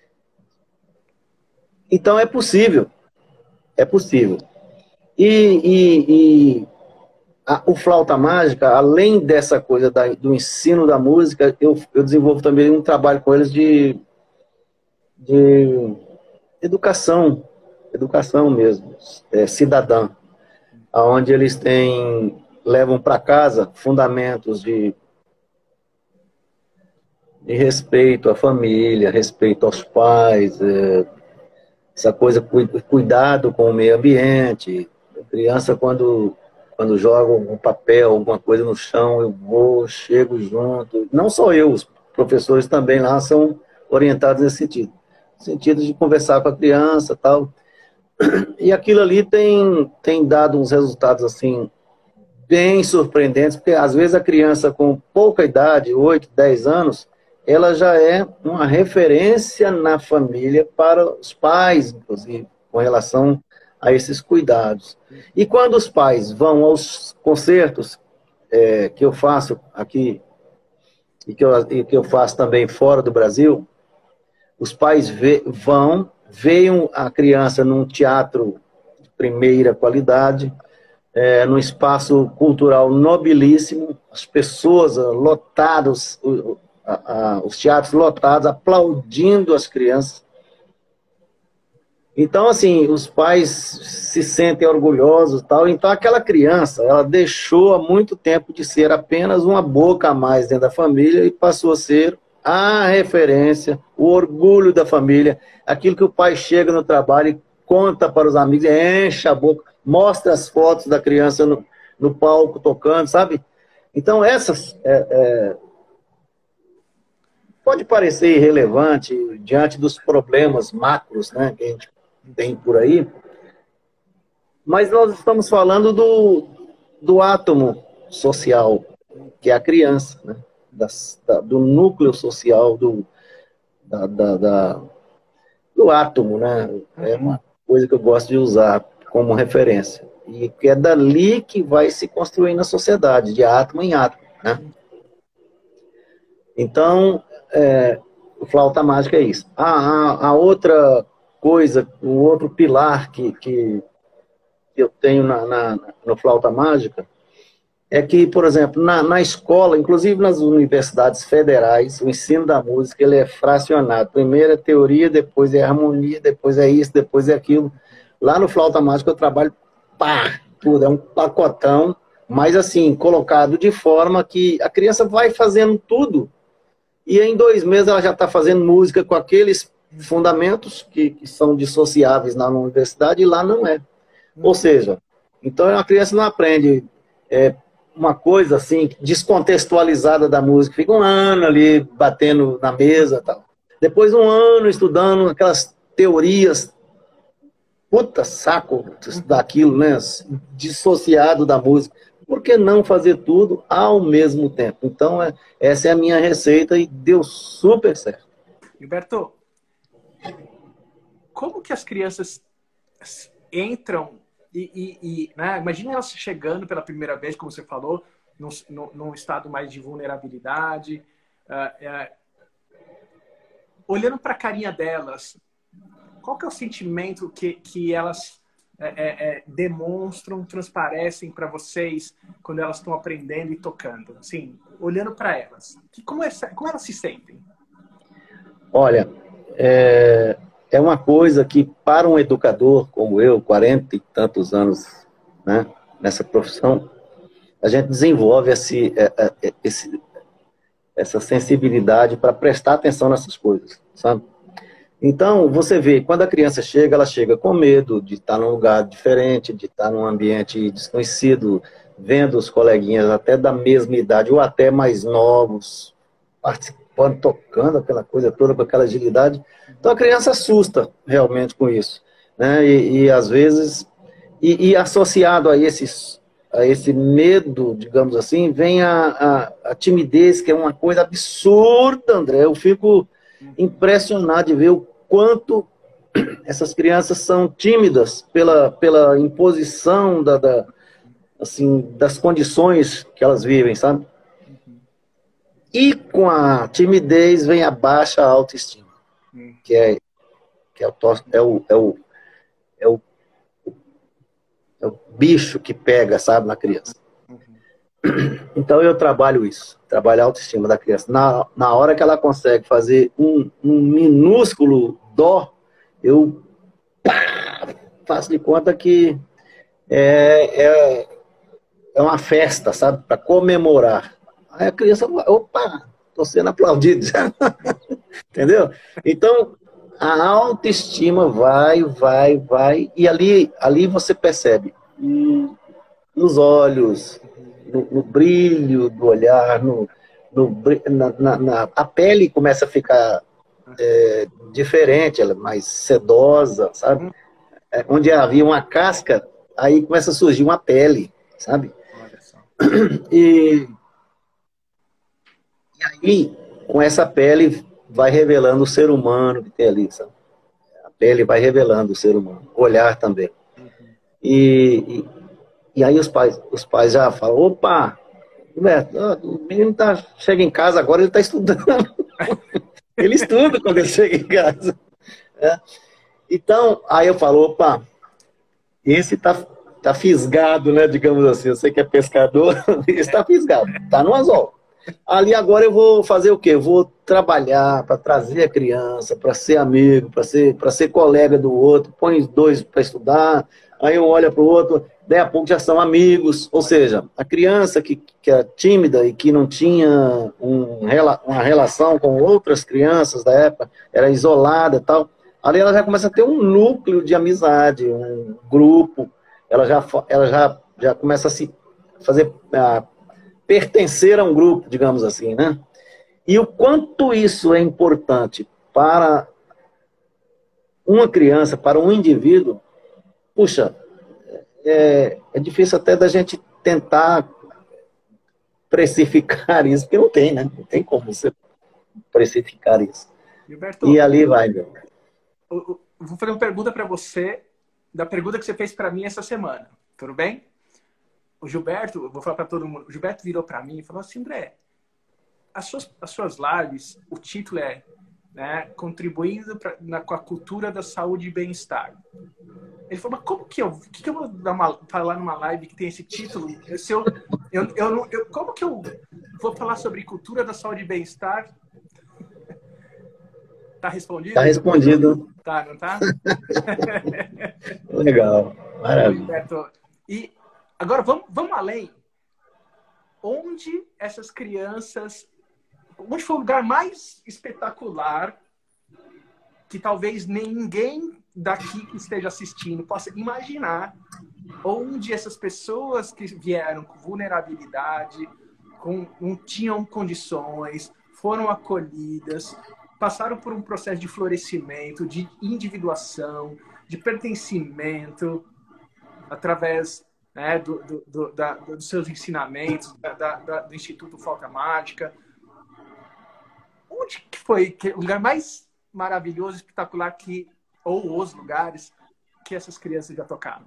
Então é possível, é possível. E, e, e a, o Flauta Mágica, além dessa coisa da, do ensino da música, eu, eu desenvolvo também um trabalho com eles de, de educação, educação mesmo, é, cidadã, onde eles têm, levam para casa fundamentos de, de respeito à família, respeito aos pais, é, essa coisa, cuidado com o meio ambiente. A criança, quando, quando joga um papel, alguma coisa no chão, eu vou, chego junto. Não só eu, os professores também lá são orientados nesse sentido. No sentido de conversar com a criança e tal. E aquilo ali tem, tem dado uns resultados, assim, bem surpreendentes, porque às vezes a criança com pouca idade, oito, dez anos, ela já é uma referência na família para os pais, inclusive, com relação a esses cuidados. E quando os pais vão aos concertos é, que eu faço aqui, e que eu, e que eu faço também fora do Brasil, os pais vê, vão, veem a criança num teatro de primeira qualidade, é, num espaço cultural nobilíssimo, as pessoas lotadas, A, a, os teatros lotados, aplaudindo as crianças. Então, assim, os pais se sentem orgulhosos e tal. Então, aquela criança, ela deixou há muito tempo de ser apenas uma boca a mais dentro da família e passou a ser a referência, o orgulho da família, aquilo que o pai chega no trabalho e conta para os amigos, enche a boca, mostra as fotos da criança no, no palco tocando, sabe? Então, essas... É, é, pode parecer irrelevante diante dos problemas macros, né, que a gente tem por aí, mas nós estamos falando do, do átomo social, que é a criança, né, das, da, do núcleo social, do, da, da, da, do átomo, né, é uma coisa que eu gosto de usar como referência, e que é dali que vai se construindo a sociedade, de átomo em átomo, né. Então, É, o Flauta Mágica é isso. A, a, a outra coisa, um outro pilar que, que eu tenho na, na, no Flauta Mágica, é que, por exemplo, na, na escola, inclusive nas universidades federais, o ensino da música ele é fracionado. Primeiro é teoria, depois é harmonia, depois é isso, depois é aquilo. Lá no Flauta Mágica eu trabalho, pá, tudo, é um pacotão, mas assim, colocado de forma que a criança vai fazendo tudo, e em dois meses ela já está fazendo música com aqueles fundamentos que, que são dissociáveis na universidade, e lá não é. Ou seja, então a criança não aprende é, uma coisa assim, descontextualizada da música, fica um ano ali batendo na mesa, tal. Depois um ano estudando aquelas teorias, puta saco daquilo, né? Dissociado da música. Por que não fazer tudo ao mesmo tempo? Então, é, essa é a minha receita e deu super certo. Gilberto, como que as crianças entram e, e, e né? Imagina elas chegando pela primeira vez, como você falou, num, num, num estado mais de vulnerabilidade, uh, uh, olhando para a carinha delas, qual que é o sentimento que, que elas é, é, demonstram, transparecem para vocês quando elas estão aprendendo e tocando? Assim, olhando para elas, que, como, é, como elas se sentem? Olha, é, é uma coisa que para um educador como eu, quarenta e tantos anos, né, nessa profissão, a gente desenvolve esse, esse, essa sensibilidade para prestar atenção nessas coisas, sabe? Então, você vê, quando a criança chega, ela chega com medo de estar num lugar diferente, de estar num ambiente desconhecido, vendo os coleguinhas até da mesma idade ou até mais novos, participando, tocando aquela coisa toda com aquela agilidade. Então, a criança assusta realmente com isso, né? E, e às vezes, e, e associado a, esses, a esse medo, digamos assim, vem a, a, a timidez, que é uma coisa absurda, André. Eu fico impressionado de ver o quanto essas crianças são tímidas pela, pela imposição da, da, assim, das condições que elas vivem, sabe? E com a timidez vem a baixa autoestima, que é, que é, o, é, o, é, o, é, o, é o bicho que pega, sabe, na criança. Então eu trabalho isso, trabalho a autoestima da criança. Na, na hora que ela consegue fazer um, um minúsculo dó, eu pá, faço de conta que é, é, é uma festa, sabe? Para comemorar. Aí a criança, opa, estou sendo aplaudido já. Entendeu? Então, a autoestima vai, vai, vai, e ali, ali você percebe hum, nos olhos, no, no brilho do olhar, no, no, na, na, na, a pele começa a ficar é, diferente, ela é mais sedosa, sabe? É, onde havia uma casca, aí começa a surgir uma pele, sabe? E, e aí, com essa pele, vai revelando o ser humano que tem ali, sabe? A pele vai revelando o ser humano, o olhar também. E, e, e aí os pais, os pais já falam, opa, Roberto, o menino tá, chega em casa agora, ele está estudando. Ele estuda quando ele chega em casa. É. Então, aí eu falo, opa, esse tá, tá fisgado, né, digamos assim, você que é pescador, esse tá fisgado, tá no anzol. Ali agora eu vou fazer o quê? Eu vou trabalhar para trazer a criança, para ser amigo, para ser, para ser colega do outro, põe os dois para estudar, aí um olha para o outro, daí a pouco já são amigos. Ou seja, a criança que, que é tímida e que não tinha um, uma relação com outras crianças da época, era isolada e tal, ali ela já começa a ter um núcleo de amizade, um grupo, ela já, ela já, já começa a se fazer... A, pertencer a um grupo, digamos assim, né? E o quanto isso é importante para uma criança, para um indivíduo, puxa, é, é difícil até da gente tentar precificar isso, porque não tem, né? Não tem como você precificar isso. Gilberto, e ali vai, meu. Eu vou fazer uma pergunta para você, da pergunta que você fez para mim essa semana, tudo bem? O Gilberto, eu vou falar para todo mundo, o Gilberto virou para mim e falou assim, André, as suas, as suas lives, o título é né, contribuindo pra, na, com a cultura da saúde e bem-estar. Ele falou, mas como que eu, que que eu vou dar uma, falar numa live que tem esse título? Se eu, eu, eu, não, eu, como que eu vou falar sobre cultura da saúde e bem-estar? Tá respondido? Tá respondido. Tá, não tá? Legal, maravilha. E agora vamos, vamos além. Onde essas crianças... Onde foi o lugar mais espetacular que talvez ninguém daqui que esteja assistindo possa imaginar, onde essas pessoas que vieram com vulnerabilidade, com, não tinham condições, foram acolhidas, passaram por um processo de florescimento, de individuação, de pertencimento, através, né, do, do, do, da, dos seus ensinamentos, da, da, do Instituto Foca Mágica. Onde que foi que, o lugar mais maravilhoso, espetacular, que, ou os lugares que essas crianças já tocaram?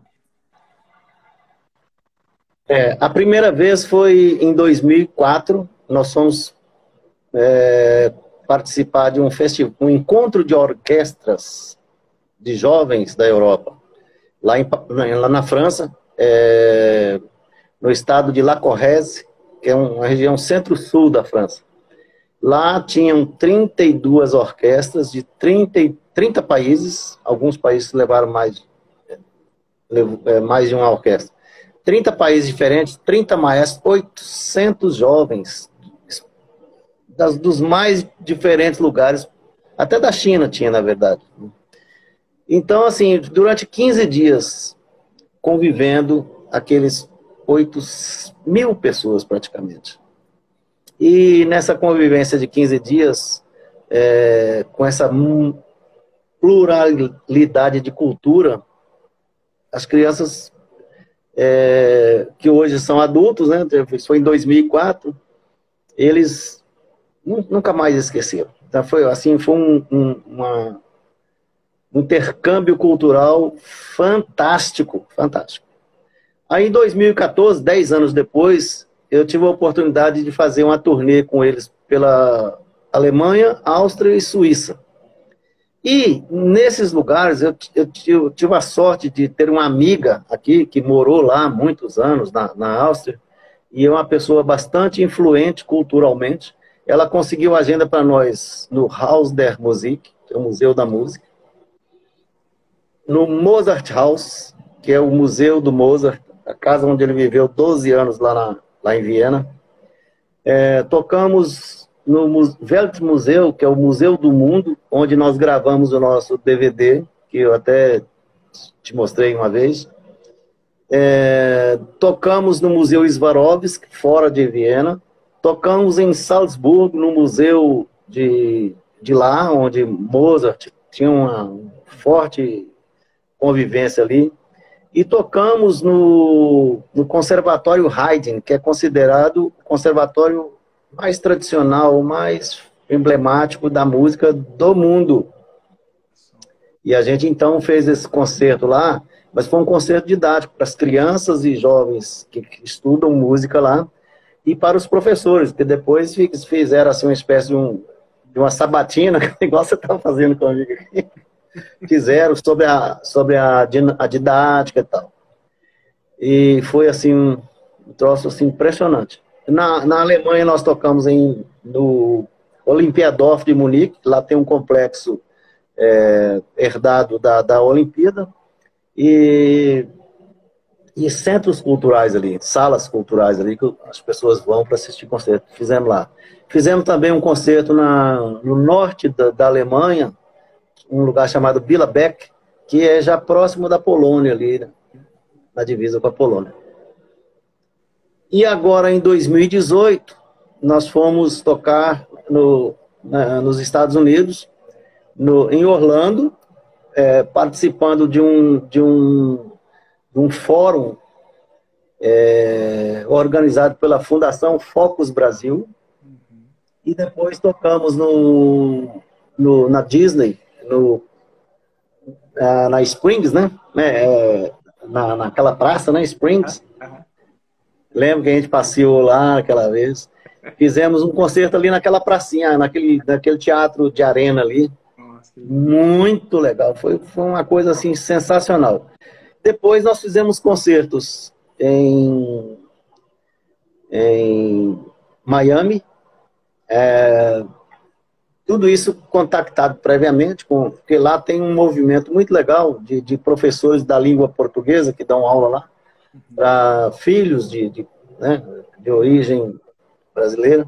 É, a primeira vez foi em dois mil e quatro. Nós fomos é, participar de um festival, um encontro de orquestras de jovens da Europa, lá, em, lá na França, é, no estado de La Corrèze, que é uma região centro-sul da França. Lá tinham trinta e duas orquestras de trinta, trinta países, alguns países levaram mais, mais de uma orquestra. trinta países diferentes, trinta maestros, oitocentos jovens, das, dos mais diferentes lugares, até da China tinha, na verdade. Então, assim, durante quinze dias, convivendo, aqueles oito mil pessoas praticamente. E nessa convivência de quinze dias, é, com essa pluralidade de cultura, as crianças é, que hoje são adultos, né, foi em dois mil e quatro, eles nunca mais esqueceram. Então foi assim, foi um, um, uma, um intercâmbio cultural fantástico, fantástico. Aí em dois mil e quatorze, dez anos depois, eu tive a oportunidade de fazer uma turnê com eles pela Alemanha, Áustria e Suíça. E nesses lugares eu, eu, eu tive a sorte de ter uma amiga aqui que morou lá há muitos anos, na, na Áustria, e é uma pessoa bastante influente culturalmente. Ela conseguiu agenda para nós no Haus der Musik, que é o Museu da Música, no Mozart House, que é o Museu do Mozart, a casa onde ele viveu doze anos lá, na, lá em Viena. É, tocamos no Weltmuseu, que é o Museu do Mundo, onde nós gravamos o nosso D V D, que eu até te mostrei uma vez. É, tocamos no Museu Swarovski, fora de Viena. Tocamos em Salzburgo, no museu de, de lá, onde Mozart tinha uma forte convivência ali. E tocamos no, no Conservatório Haydn, que é considerado o conservatório mais tradicional, mais emblemático da música do mundo. E a gente então fez esse concerto lá, mas foi um concerto didático para as crianças e jovens que, que estudam música lá, e para os professores, que depois fizeram assim, uma espécie de, um, de uma sabatina, igual você estava fazendo comigo aqui. Fizeram sobre a, sobre a, a didática e tal. E foi assim, um troço assim, impressionante. Na, na Alemanha nós tocamos em, no Olympiadorf de Munique, lá tem um complexo é, herdado da, da Olimpíada, e, e centros culturais ali, salas culturais ali, que as pessoas vão para assistir concerto. Fizemos lá. Fizemos também um concerto na, no norte da, da Alemanha, um lugar chamado Bielefeld, que é já próximo da Polônia ali, né? Na divisa com a Polônia. E agora, em dois mil e dezoito, nós fomos tocar no, na, nos Estados Unidos, no, em Orlando, é, participando de um, de um, de um fórum é, organizado pela Fundação Focus Brasil. E depois tocamos no, no, na Disney, no, na, na Springs, né? É, na, naquela praça, né? Springs. Lembro que a gente passeou lá aquela vez. Fizemos um concerto ali naquela pracinha, naquele, naquele teatro de arena ali. Nossa, que Muito legal. Foi, foi uma coisa assim sensacional. Depois nós fizemos concertos em, em Miami. É, tudo isso contactado previamente, com, porque lá tem um movimento muito legal de, de professores da língua portuguesa que dão aula lá para filhos de, de, né, de origem brasileira.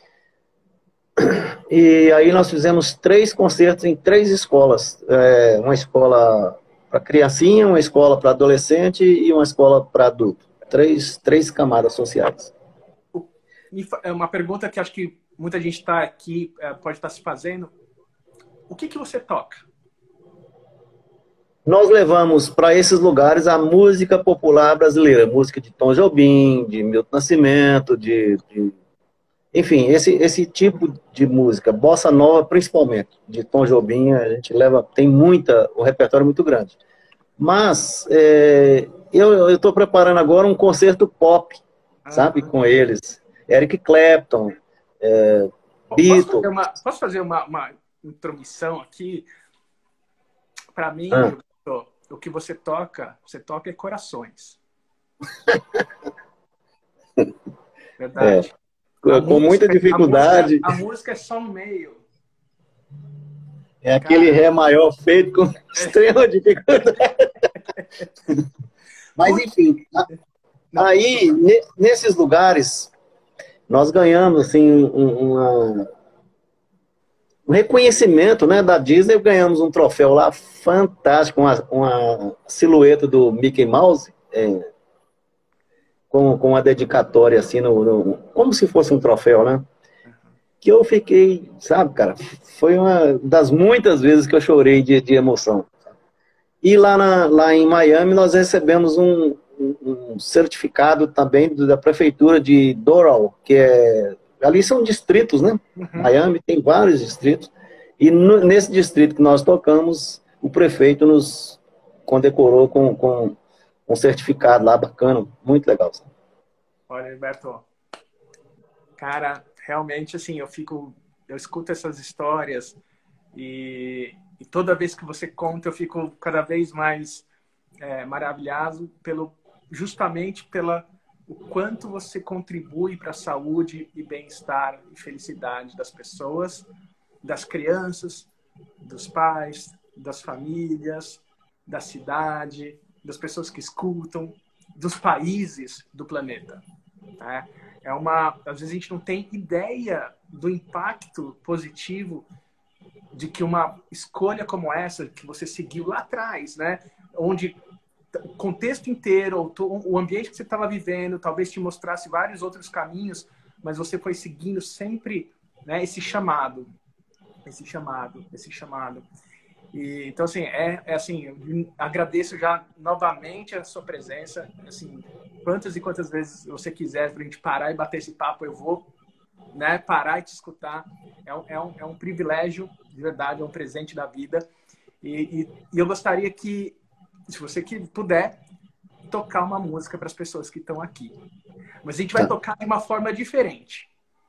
E aí nós fizemos três concertos em três escolas. É, uma escola para criancinha, uma escola para adolescente e uma escola para adulto. Três, três camadas sociais. É uma pergunta que acho que muita gente está aqui, pode estar se fazendo. O que que você toca? Nós levamos para esses lugares a música popular brasileira. Música de Tom Jobim, de Milton Nascimento, de... de enfim, esse, esse tipo de música, bossa nova principalmente, de Tom Jobim, a gente leva, tem muita, um repertório muito grande. Mas é, eu estou preparando agora um concerto pop, ah, sabe, com eles. Eric Clapton, é, Beatles. Posso fazer uma, posso fazer uma, uma intromissão aqui? Para mim, ah. o que você toca, você toca é corações. Verdade. É. Com música, muita dificuldade. A música, a música é só um meio. É aquele Cara, Ré maior feito com é. extrema dificuldade. Mas, enfim, aí, nesses lugares, nós ganhamos, assim, um, uma, um reconhecimento, né, da Disney. Ganhamos um troféu lá fantástico, uma, uma silhueta do Mickey Mouse, é, Com, com uma dedicatória, assim, no, no, como se fosse um troféu, né? Que eu fiquei, sabe, cara, foi uma das muitas vezes que eu chorei de, de emoção. E lá, na, lá em Miami nós recebemos um, um certificado também da prefeitura de Doral, que é... Ali são distritos, né? Uhum. Miami tem vários distritos. E no, nesse distrito que nós tocamos, o prefeito nos condecorou com... com um certificado lá bacana, muito legal. Sabe? Olha, Alberto, cara, realmente assim, eu fico, eu escuto essas histórias e, e toda vez que você conta, eu fico cada vez mais é, maravilhado pelo, justamente pela o quanto você contribui para a saúde e bem-estar e felicidade das pessoas, das crianças, dos pais, das famílias, da cidade, das pessoas que escutam, dos países do planeta. Tá? É uma, às vezes a gente não tem ideia do impacto positivo de que uma escolha como essa, que você seguiu lá atrás, né? Onde o contexto inteiro, o ambiente que você estava vivendo, talvez te mostrasse vários outros caminhos, mas você foi seguindo sempre, né, esse chamado, esse chamado, esse chamado. E, então, assim, é, é assim, eu agradeço já novamente a sua presença, assim, quantas e quantas vezes você quiser pra gente parar e bater esse papo, eu vou, né, parar e te escutar. É um, é um, é um privilégio, de verdade, é um presente da vida. E, e, e eu gostaria que, se você que puder, tocar uma música para as pessoas que estão aqui. Mas a gente vai tocar de uma forma diferente.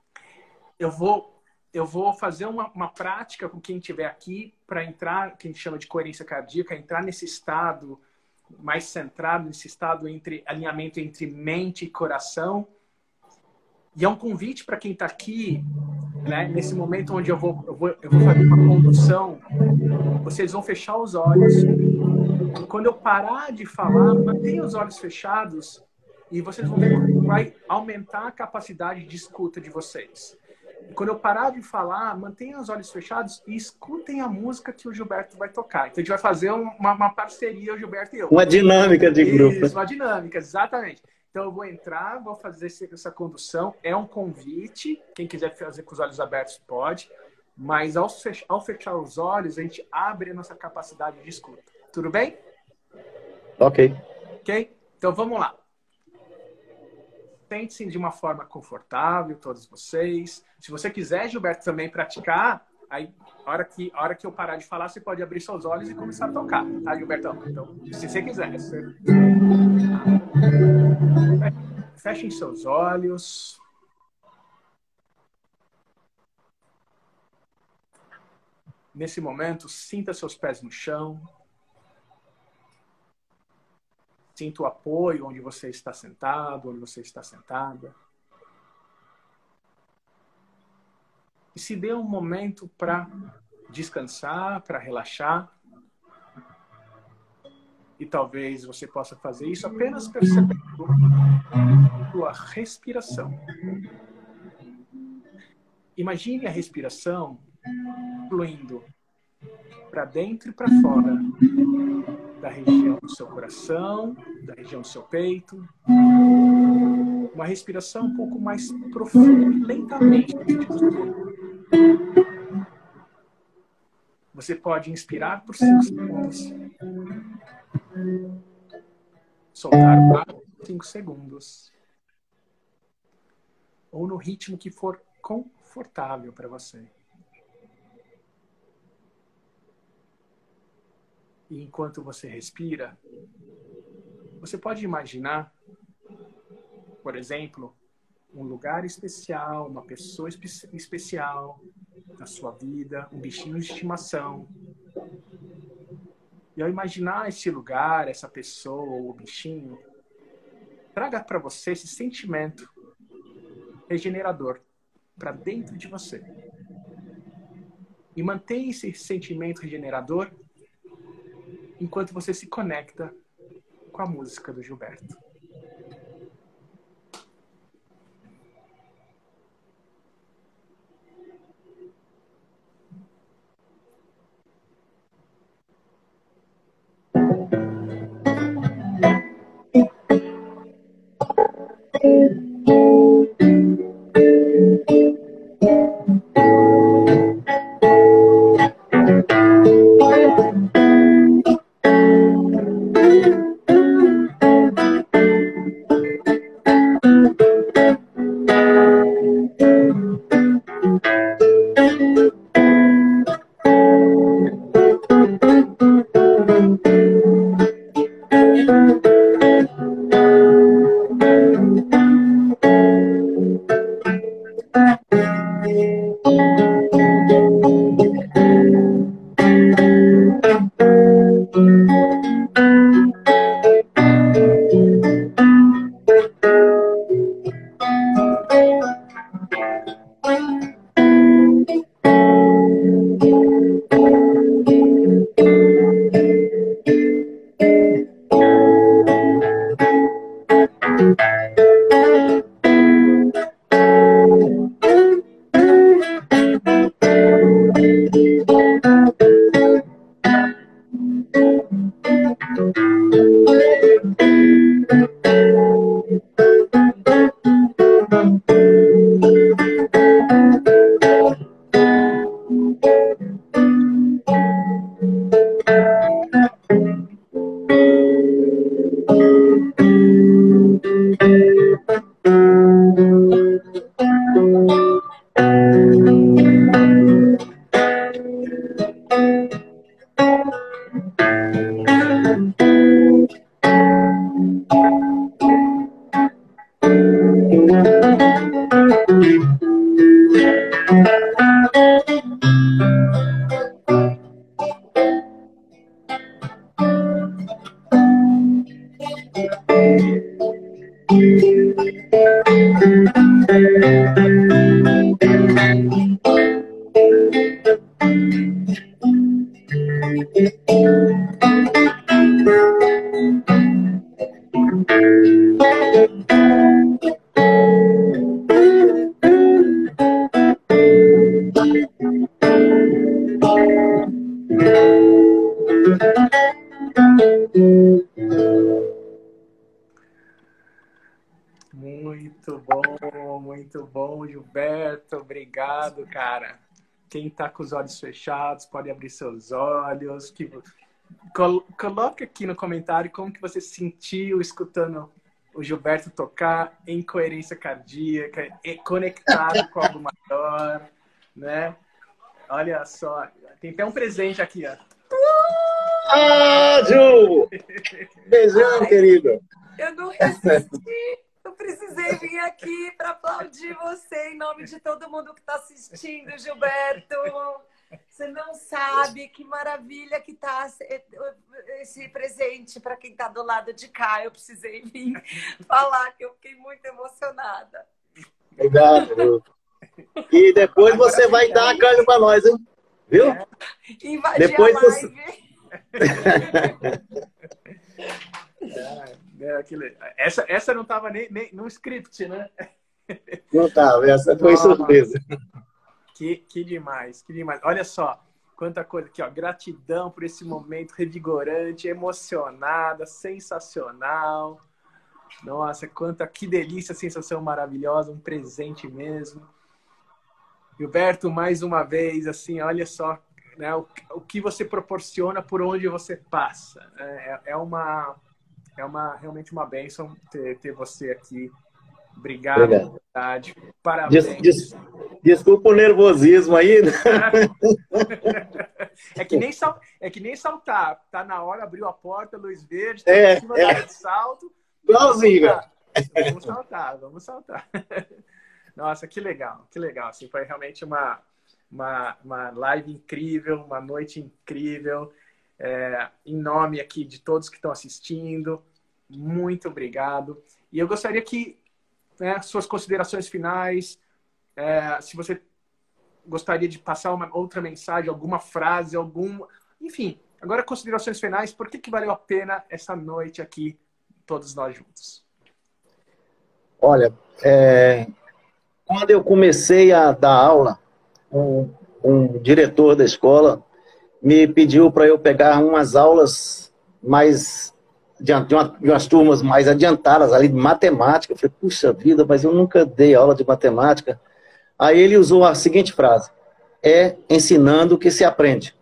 Eu vou... Eu vou fazer uma, uma prática com quem estiver aqui para entrar, que a gente chama de coerência cardíaca, entrar nesse estado mais centrado, nesse estado entre alinhamento entre mente e coração. E é um convite para quem está aqui, né, nesse momento onde eu vou, eu, vou, eu vou fazer uma condução, vocês vão fechar os olhos. E quando eu parar de falar, mantenha os olhos fechados e vocês vão ver que vai aumentar a capacidade de escuta de vocês. Quando eu parar de falar, mantenham os olhos fechados e escutem a música que o Gilberto vai tocar. Então a gente vai fazer uma, uma parceria, o Gilberto e eu. Uma dinâmica de grupo. Isso, uma dinâmica, exatamente. Então eu vou entrar, vou fazer essa condução. É um convite. Quem quiser fazer com os olhos abertos pode. Mas ao fechar, ao fechar os olhos, a gente abre a nossa capacidade de escuta. Tudo bem? Ok. Ok? Então vamos lá. Sente-se de uma forma confortável, todos vocês. Se você quiser, Gilberto, também praticar, aí, a hora que, a hora que eu parar de falar, você pode abrir seus olhos e começar a tocar, tá, Gilbertão? Então, se você quiser. Você... Fechem seus olhos. Nesse momento, sinta seus pés no chão. Sinta o apoio onde você está sentado, onde você está sentada. E se dê um momento para descansar, para relaxar. E talvez você possa fazer isso apenas percebendo a sua respiração. Imagine a respiração fluindo para dentro e para fora da região do seu coração, da região do seu peito. Uma respiração um pouco mais profunda e lentamente. Você pode inspirar por cinco segundos. Soltar o ar por cinco segundos. Ou no ritmo que for confortável para você. E enquanto você respira, você pode imaginar, por exemplo, um lugar especial, uma pessoa espe especial na sua vida, um bichinho de estimação. E ao imaginar esse lugar, essa pessoa ou o bichinho, traga para você esse sentimento regenerador para dentro de você. E mantenha esse sentimento regenerador enquanto você se conecta com a música do Gilberto. Muito bom, muito bom, Gilberto. Obrigado, cara. Quem está com os olhos fechados pode abrir seus olhos. Que... Col coloque aqui no comentário como que você se sentiu escutando o Gilberto tocar em coerência cardíaca, e conectado com algo maior, né? Olha só, tem até um presente aqui, ó. Ah, Ju! Beijão, Ai, querida. Eu não resisti. Eu precisei vir aqui para aplaudir você em nome de todo mundo que está assistindo, Gilberto. Você não sabe que maravilha que tá esse presente para quem está do lado de cá. Eu precisei vir falar que eu fiquei muito emocionada. Obrigado. E depois Agora você vai sim, dar aí. a carne para nós, hein? Viu? É. Invadir Depois a você... live. É, é, aquilo... essa, essa não estava nem, nem no script, né? Não estava, essa foi Nossa. surpresa. Que, que demais, que demais. Olha só, quanta coisa aqui, ó. Gratidão por esse momento revigorante, emocionada, sensacional. Nossa, quanta, que delícia, sensação maravilhosa, um presente mesmo. Gilberto, mais uma vez, assim, olha só, né, o, o que você proporciona por onde você passa. É, é, uma, é uma, realmente uma bênção ter, ter você aqui. Obrigado, Obrigado. de verdade. Parabéns. Des, des, desculpa o nervosismo aí. É que nem, sal, é que nem saltar. Tá na hora, abriu a porta, luz verde, tá É, em cima é. da área de salto. Igualzinho. Vamos saltar, vamos saltar. Nossa, que legal, que legal. Assim, foi realmente uma, uma, uma live incrível, uma noite incrível. É, em nome aqui de todos que estão assistindo, muito obrigado. E eu gostaria que, né, suas considerações finais, é, se você gostaria de passar uma outra mensagem, alguma frase, algum... Enfim, agora considerações finais, por que que valeu a pena essa noite aqui, todos nós juntos? Olha, é, quando eu comecei a dar aula, um, um diretor da escola me pediu para eu pegar umas aulas mais, de, uma, de umas turmas mais adiantadas ali de matemática. Eu falei, puxa vida, mas eu nunca dei aula de matemática. Aí ele usou a seguinte frase, é ensinando que se aprende.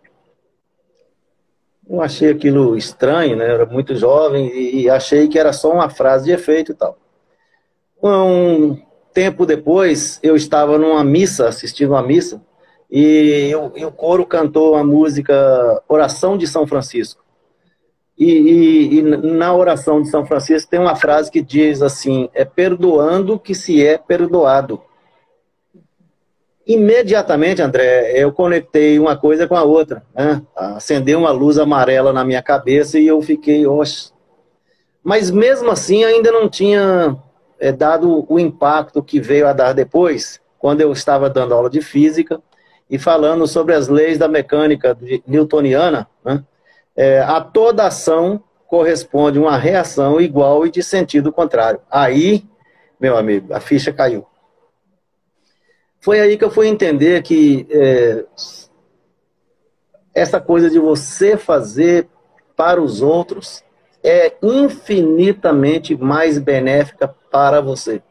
Eu achei aquilo estranho, né? Eu era muito jovem e achei que era só uma frase de efeito e tal. Um tempo depois, eu estava numa missa, assistindo uma missa, e, eu, e o coro cantou a música Oração de São Francisco. E, e, e na Oração de São Francisco tem uma frase que diz assim, é perdoando que se é perdoado. Imediatamente, André, eu conectei uma coisa com a outra, né? Acendeu uma luz amarela na minha cabeça e eu fiquei, oxe. Mas mesmo assim ainda não tinha é, dado o impacto que veio a dar depois, quando eu estava dando aula de física e falando sobre as leis da mecânica newtoniana, né? É, a toda ação corresponde uma reação igual e de sentido contrário. Aí, meu amigo, a ficha caiu. Foi aí que eu fui entender que é, essa coisa de você fazer para os outros é infinitamente mais benéfica para você.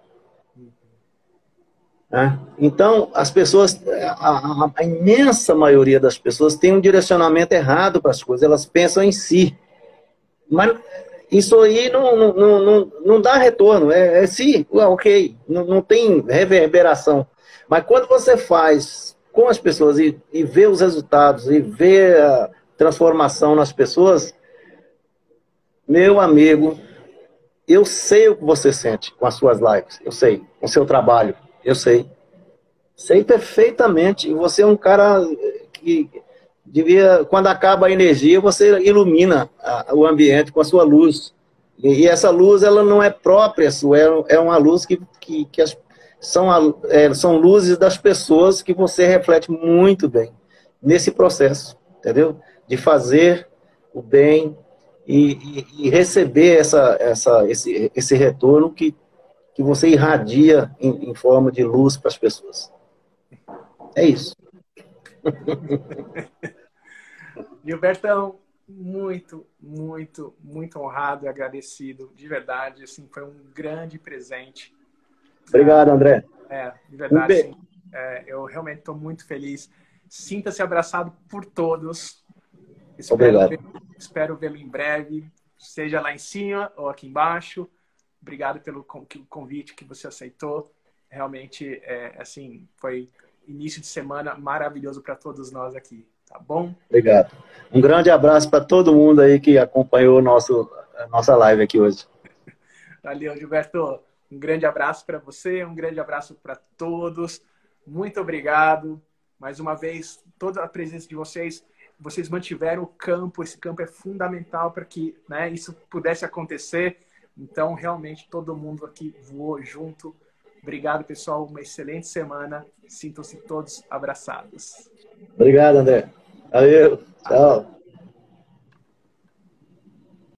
É? Então, as pessoas, a, a, a imensa maioria das pessoas tem um direcionamento errado para as coisas, elas pensam em si. Mas isso aí não, não, não, não, não dá retorno, é, é si, ok, não, não tem reverberação. Mas quando você faz com as pessoas e, e vê os resultados, e vê a transformação nas pessoas, meu amigo, eu sei o que você sente com as suas lives, eu sei, com o seu trabalho, eu sei. Sei perfeitamente. E você é um cara que devia, quando acaba a energia, você ilumina a, o ambiente com a sua luz. E, e essa luz, ela não é própria sua, é, é uma luz que, que, que as São, é, são luzes das pessoas que você reflete muito bem nesse processo, entendeu? De fazer o bem e, e, e receber essa, essa, esse, esse retorno que, que você irradia em, em forma de luz para as pessoas. É isso. Gilbertão, muito, muito, muito honrado e agradecido, de verdade. Assim, foi um grande presente. Obrigado, André. É, de verdade, sim. É, eu realmente estou muito feliz. Sinta-se abraçado por todos. Espero Obrigado. ver, espero vê-lo em breve, seja lá em cima ou aqui embaixo. Obrigado pelo convite que você aceitou. Realmente, é, assim, foi início de semana maravilhoso para todos nós aqui, tá bom? Obrigado. Um grande abraço para todo mundo aí que acompanhou nosso, a nossa live aqui hoje. Valeu, Gilberto. Um grande abraço para você, um grande abraço para todos. Muito obrigado. Mais uma vez, toda a presença de vocês, vocês mantiveram o campo, esse campo é fundamental para que, né, isso pudesse acontecer. Então, realmente, todo mundo aqui voou junto. Obrigado, pessoal. Uma excelente semana. Sintam-se todos abraçados. Obrigado, André. Valeu. Tchau.